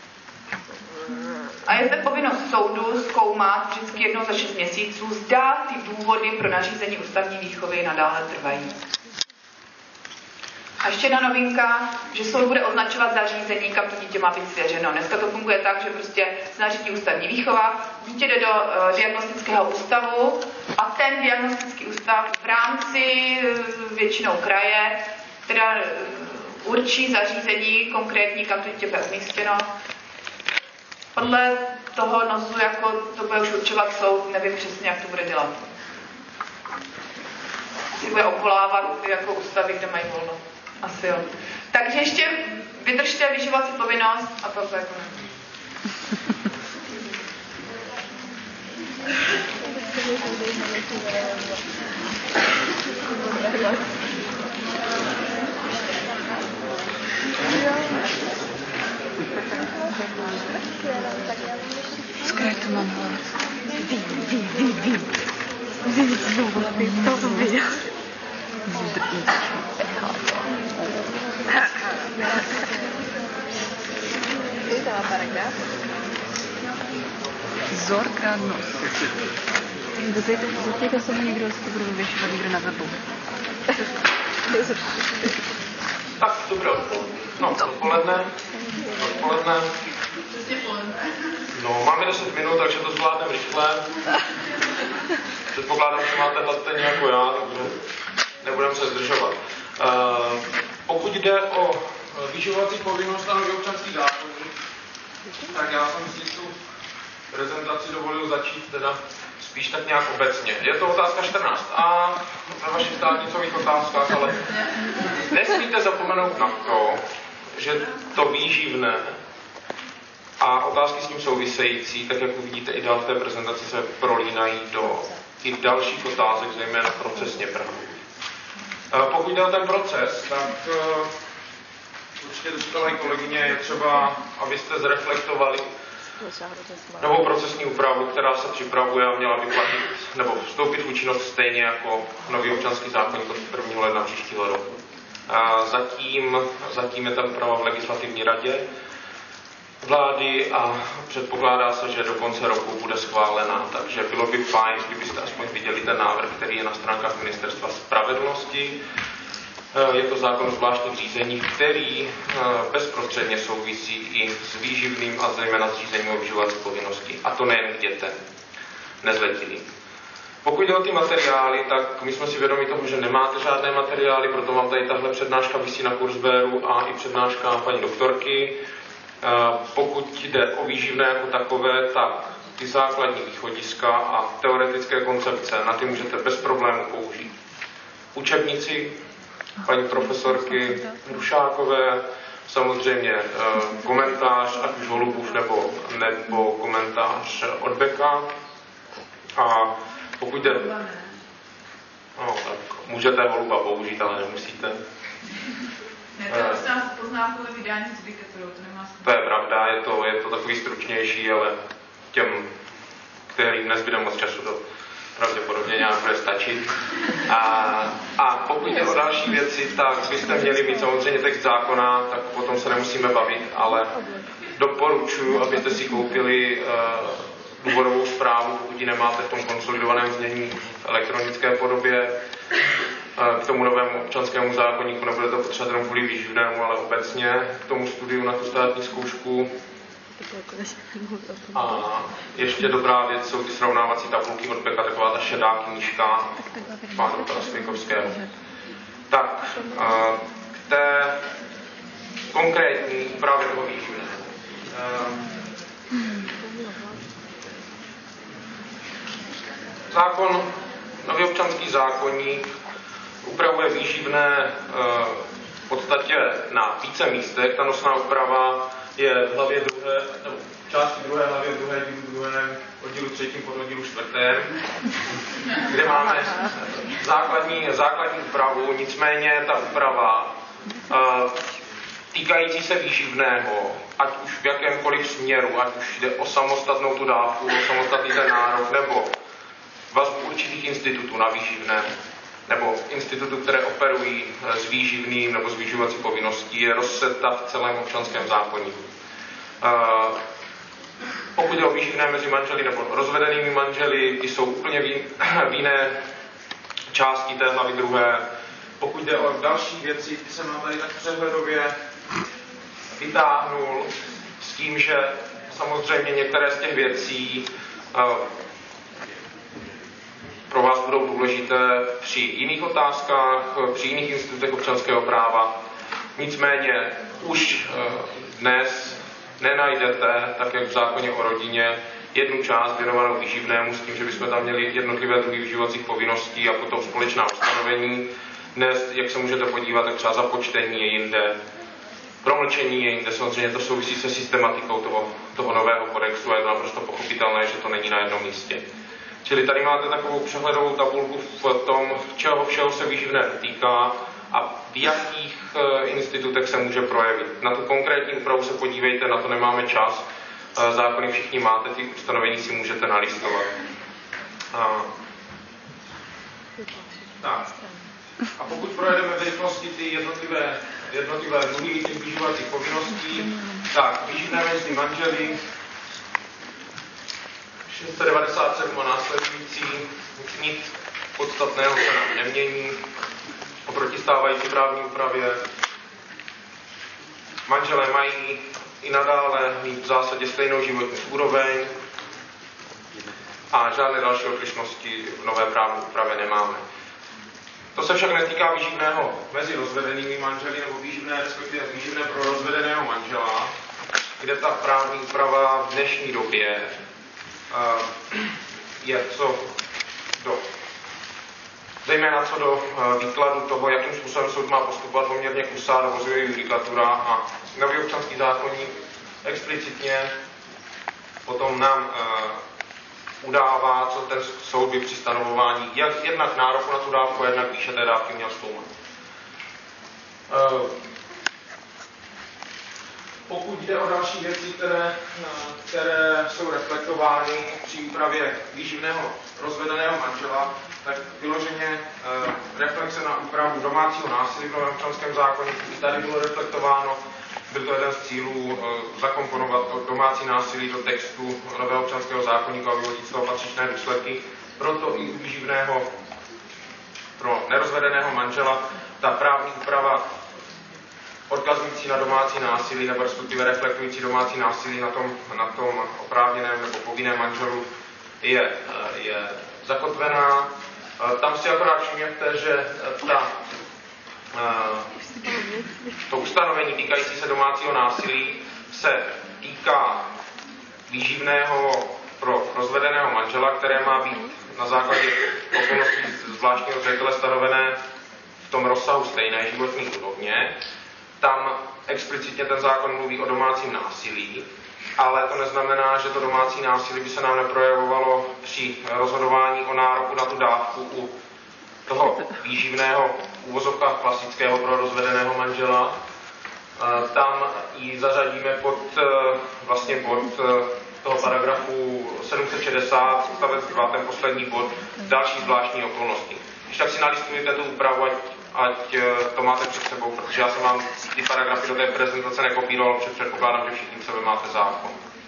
A je zde povinnost soudu zkoumat vždycky jednou za 6 měsíců, zda ty důvody pro nařízení ústavní výchovy nadále trvají. A ještě jedna novinka, že soud bude označovat zařízení, kam to dítě má být svěřeno. Dneska to funguje tak, že prostě se nařídí ústavní výchova, dítě jde do diagnostického ústavu a ten diagnostický ústav v rámci většinou kraje teda určí zařízení konkrétní, kam to dítě bude umístěno. Podle toho nozu, jako to bude už určovat soud, nevím přesně, jak to bude dělat. Si bude obvolávat jako ústavy, kde mají volno. Asi jo. Takže ještě vydržte vyživovací povinnost a pak to jako ne. Skoro to mám hlas. To jsem viděl. Vzor krádnost. Zeptejte se mu někdo, jestli to bude vyvěšovat někdo na webu. Tak, dobré odpoledne. No, máme 10 minut, takže to zvládneme rychle. Předpokládám, že máte hlad stejně jako já, takže nebudeme se zdržovat. Pokud jde o vyživovací povinnost a nový občanský zákoník, tak já jsem si tu prezentaci dovolil začít teda spíš tak nějak obecně. Je to otázka 14a ve vašich státnicových otázkách, ale nesmíte zapomenout na to, že to výživné a otázky s tím související, tak jak uvidíte i dál v té prezentaci, se prolínají do i dalších otázek, zejména procesně právě. Pokud jde o ten proces, tak určitě dospělé kolegyně je třeba, abyste zreflektovali novou procesní úpravu, která se připravuje a měla by platit nebo vstoupit v účinnost stejně jako nový občanský zákoník od 1. ledna příštího roku. Zatím je ta úprava v legislativní radě vlády a předpokládá se, že do konce roku bude schválena, takže bylo by fajn, kdybyste aspoň viděli ten návrh, který je na stránkách Ministerstva spravedlnosti. Je to zákon o zvláštních řízeních, který bezprostředně souvisí i s výživným a zejména s řízením o vyživovací povinnosti. A to nejen k dětem, nezletilým. Pokud jde o ty materiály, tak my jsme si vědomi toho, že nemáte žádné materiály, proto vám tady tahle přednáška visí na Kurzbeeru a i přednáška paní doktorky. Pokud jde o výživné jako takové, tak ty základní východiska a teoretické koncepce, na ty můžete bez problému použít učebnici paní profesorky Hrušákové, samozřejmě komentář, ať už Holubův nebo komentář od Beka. A pokud jde... No, tak můžete Holuba použít, ale nemusíte. Ne, to je vlastně poznámkové vydání z Wikipedie, to nemá smysl. To je pravda, je to takový stručnější, ale těm, kterým nezbyde moc času, to pravděpodobně nějak bude stačit. A pokud jde o další věci, tak byste měli mít samozřejmě text zákona, tak potom se nemusíme bavit, ale doporučuji, abyste si koupili důvodovou zprávu, pokud ji nemáte v tom konsolidovaném znění v elektronické podobě. K tomu novému občanskému zákoníku nebude to potřebovat jenom kvůli výživnému, ale obecně k tomu studiu na tu státní zkoušku. A ještě dobrá věc jsou ty srovnávací tabulky od Beka, taková ta šedá knížka pána doktora Smejkovského. Tak, k té konkrétní úpravě toho výživného. Nový občanský zákoník upravuje výživné v podstatě na více místech. Ta nosná úprava je v hlavě druhé, nebo v části druhé hlavě druhé dílu druhém oddílu třetím pod oddílu čtvrtém, kde máme základní úpravu, nicméně ta úprava týkající se výživného, ať už v jakémkoliv směru, ať už jde o samostatnou tu dávku, o samostatný ten nárok, nebo vazbu určitých institutů na výživné, nebo institutů, které operují s výživným nebo s výživovací povinností, je rozseta v celém občanském zákoníku. Pokud jde o výživné mezi manželi nebo rozvedenými manželi, ty jsou úplně v jiné části té hlavy druhé. Pokud jde o další věci, ty jsem vám tady tak přehledově vytáhnul s tím, že samozřejmě některé z těch věcí pro vás budou důležité při jiných otázkách, při jiných institutech občanského práva. Nicméně už dnes nenajdete, tak jak v zákoně o rodině, jednu část věnovanou výživnému s tím, že bychom tam měli jednotlivé druhy vyživovacích povinností a potom společná ustanovení. Dnes, jak se můžete podívat, tak třeba započtení je jinde, promlčení je jinde, samozřejmě to souvisí se systematikou toho nového kodexu a je to naprosto pochopitelné, že to není na jednom místě. Čili tady máte takovou přehledovou tabulku v tom, čeho všeho se výživné týká a v jakých institutech se může projevit. Na tu konkrétní úpravu se podívejte, na to nemáme čas. Zákony všichni máte, ty ustanovení si můžete nalistovat. Tak. A pokud projedeme v rychlosti ty jednotlivé druhy těch výživovacích povinností, tak výživné mezi manželi 697 a následující, nic podstatného se nám nemění oproti stávající právní úpravě. Manželé mají i nadále mít v zásadě stejnou životní úroveň a žádné další odlišnosti v nové právní úpravě nemáme. To se však netýká výživného mezi rozvedenými manželi nebo respektive výživné pro rozvedeného manžela, kde ta právní úprava v dnešní době je zejména co do výkladu toho, jakým způsobem soud má postupovat, poměrně kusá, dovozuje judikatura a nový občanský zákoník explicitně potom nám udává, co ten soud by při stanovování jednak nároku na tu dávku a jednak výše té dávky měl zkoumat. Pokud jde o další věci, které jsou reflektovány při úpravě výživného rozvedeného manžela, tak vyloženě reflexe na úpravu domácího násilí v novém občanském zákoníku i tady bylo reflektováno. Byl to jeden z cílů zakomponovat to domácí násilí do textu nového občanského zákoníku a vyvodit z toho patřičné důsledky. Proto i u výživného pro nerozvedeného manžela ta právní úprava odkazující na domácí násilí nebo respektive reflektující domácí násilí na tom oprávněném nebo povinném manželu je zakotvená. Tam si akorát všimněte, že to ustanovení týkající se domácího násilí se týká výživného pro rozvedeného manžela, které má být na základě okolností zvláštního ředitele stanovené v tom rozsahu stejné životní úrovně. tam explicitně ten zákon mluví o domácím násilí, ale to neznamená, že to domácí násilí by se nám neprojevovalo při rozhodování o nároku na tu dávku u toho výživného v uvozovkách klasického pro rozvedeného manžela. Tam ji zařadíme pod toho paragrafu 760, odstavec 2, ten poslední bod, další zvláštní okolnosti. Když tak si nalistujete tu úpravu, ať to máte před sebou, protože já jsem vám ty paragrafy do té prezentace nekopíroval, protože předpokládám, že všichni v sebe máte zákon.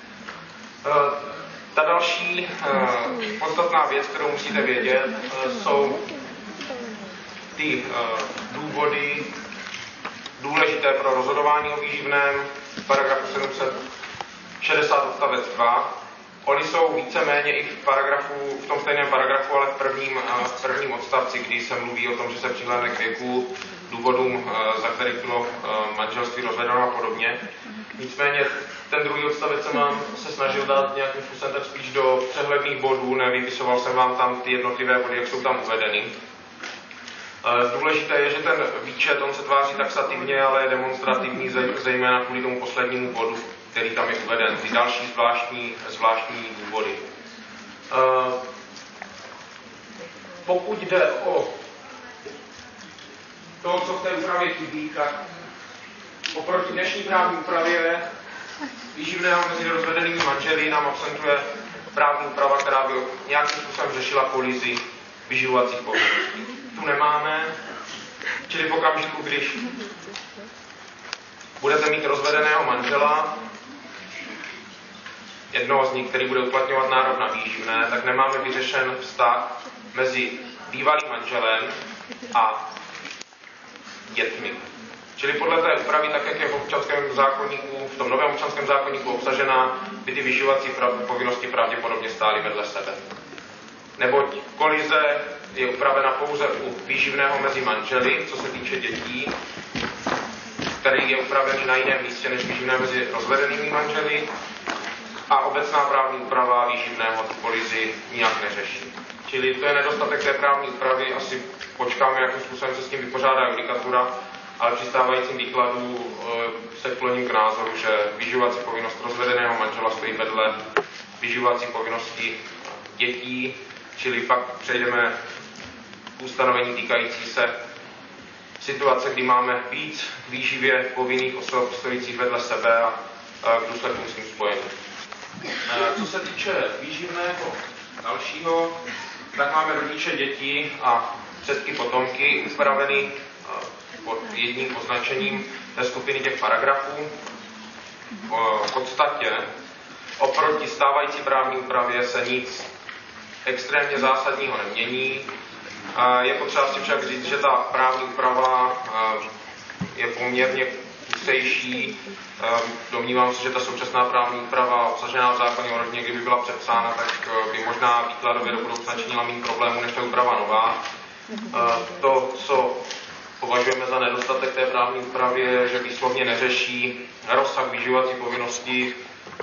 Ta další podstatná věc, kterou musíte vědět, jsou ty důvody důležité pro rozhodování o výživném, paragrafu 760 odstavec 2. Oni jsou víceméně i v tom stejném paragrafu, ale v prvním odstavci, kdy se mluví o tom, že se přihlédne k věku, důvodům, za kterých bylo manželství rozvedeno a podobně. Nicméně ten druhý odstavec jsem vám se snažil dát nějakým způsobem tak spíš do přehledných bodů, nevypisoval jsem vám tam ty jednotlivé body, jak jsou tam uvedeny. Důležité je, že ten výčet, on se tváří taxativně, ale je demonstrativní, zejména kvůli tomu poslednímu bodu, který tam je uveden, ty další zvláštní důvody. Pokud jde o to, co v té úpravě chybí, tak oproti dnešní právní úpravě výživného mezi rozvedenými manželi nám absentuje právní úprava, která by nějakým způsobem řešila kolizi vyživovacích povinností. Tu nemáme, čili v okamžiku, když budete mít rozvedeného manžela, jednoho z nich, který bude uplatňovat nárok na výživné, tak nemáme vyřešen vztah mezi bývalým manželem a dětmi. Čili podle té úpravy, tak jak je v občanském zákoníku, v tom novém občanském zákoníku obsažena, by ty vyživovací povinnosti pravděpodobně stály vedle sebe. Neboť kolize je upravena pouze u výživného mezi manželi, co se týče dětí, který je upravený na jiném místě než výživné mezi rozvedenými manželi, a obecná právní úprava výživného tu kolizi nijak neřeší. Čili to je nedostatek té právní úpravy, asi počkáme, jakým způsobem se s tím vypořádá judikatura, ale při stávajícím výkladu se kloním k názoru, že vyživovací povinnost rozvedeného manžela stojí vedle vyživovací povinnosti dětí, čili pak přejdeme k ustanovení týkající se situace, kdy máme víc výživě povinných osob stojících vedle sebe a k důsledkům s tím spojeným. Co se týče výživného dalšího, tak máme rodiče, děti a předky potomky upraveny pod jedním označením té skupiny těch paragrafů. V podstatě oproti stávající právní úpravě se nic extrémně zásadního nemění. Je potřeba si však říct, že ta právní úprava je poměrně hustejší. Domnívám se, že ta současná právní úprava obsažená v zákoně o rodině, kdyby byla přepsána, tak by možná výkladově do budoucna činila méně problémů než ta úprava nová. To, co považujeme za nedostatek té právní úpravy, je, že výslovně neřeší rozsah vyživovací povinností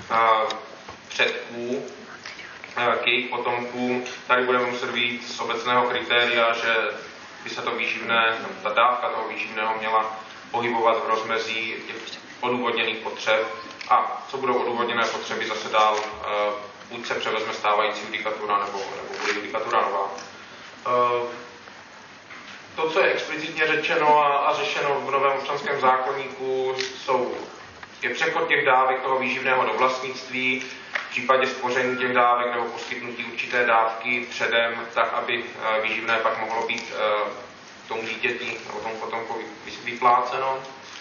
předků k jejich potomkům. Tady budeme muset vyjít z obecného kritéria, že by se to výživné, ta dávka toho výživného měla pohybovat v rozmezí těch odůvodněných potřeb, a co budou odůvodněné potřeby, zase dál buď se převezme stávající judikatura, nebo bude judikatura nová. To, co je explicitně řečeno a řešeno v novém občanském zákoníku, je přechod těch dávek toho výživného do vlastnictví, v případě spoření těch dávek nebo poskytnutí určité dávky předem, tak aby výživné pak mohlo být tomu dítěti nebo tomu potomkovi vypláceno.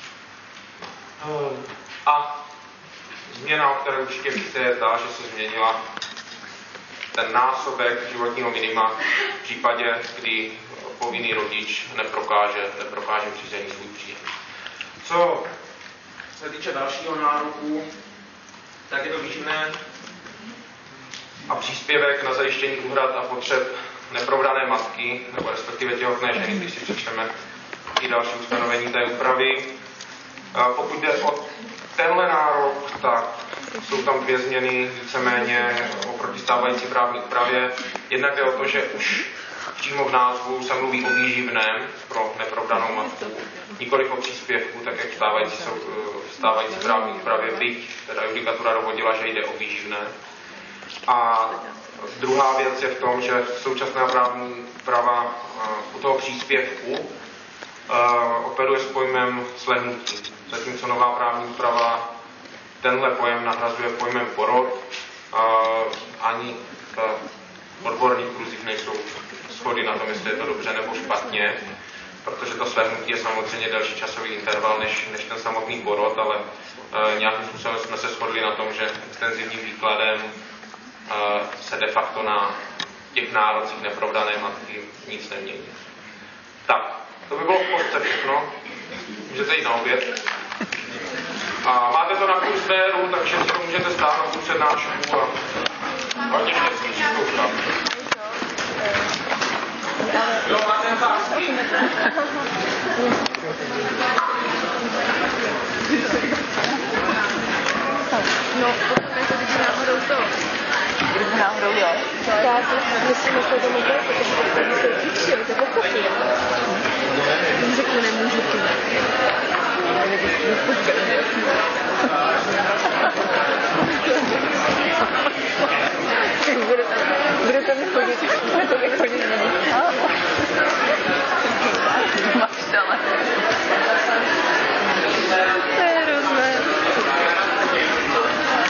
A změna, o které určitě víte, je ta, že se změnila ten násobek životního minima v případě, kdy povinný rodič neprokáže řízení svůj příjem. Co se týče dalšího nároku, tak je to výživné a příspěvek na zajištění úhrad a potřeb neprovdané matky, nebo respektive těhotné ženy, když si přečteme i další ustanovení té úpravy. Pokud jde o tenhle nárok, tak jsou tam dvě změny víceméně oproti stávající právní úpravě. Jednak jde o to, že už přímo v názvu se mluví o výživném pro neprovdanou matku. nikoliv o příspěvku, tak jak stávající právní úpravě, byť teda judikatura dovodila, že jde o výživné. A druhá věc je v tom, že současná právní úprava u toho příspěvku operuje s pojmem slehnutí, zatímco nová právní úprava tenhle pojem nahrazuje pojmem porod. Ani v odborných kruzích nejsou shody na tom, jestli je to dobře nebo špatně, protože to slehnutí je samozřejmě delší časový interval než ten samotný porod, ale nějakým způsobem jsme se shodli na tom, že extenzivním výkladem se de facto na těch nárocích neprovdané matky nic nemění. Tak, to by bylo v kostce všechno. Můžete jít na oběd. A máte to na kurséru, takže si to můžete stáhnout tu přednášku a hodně štěstí při zkouškách. Jo, máte otázky? No, potom jako kdyby náhodou to. Kdyby náhodou, jo. Tak, myslím, že to domů bude, protože to jsou chytři, to pochopí. Řekne, nemůžu to. Ale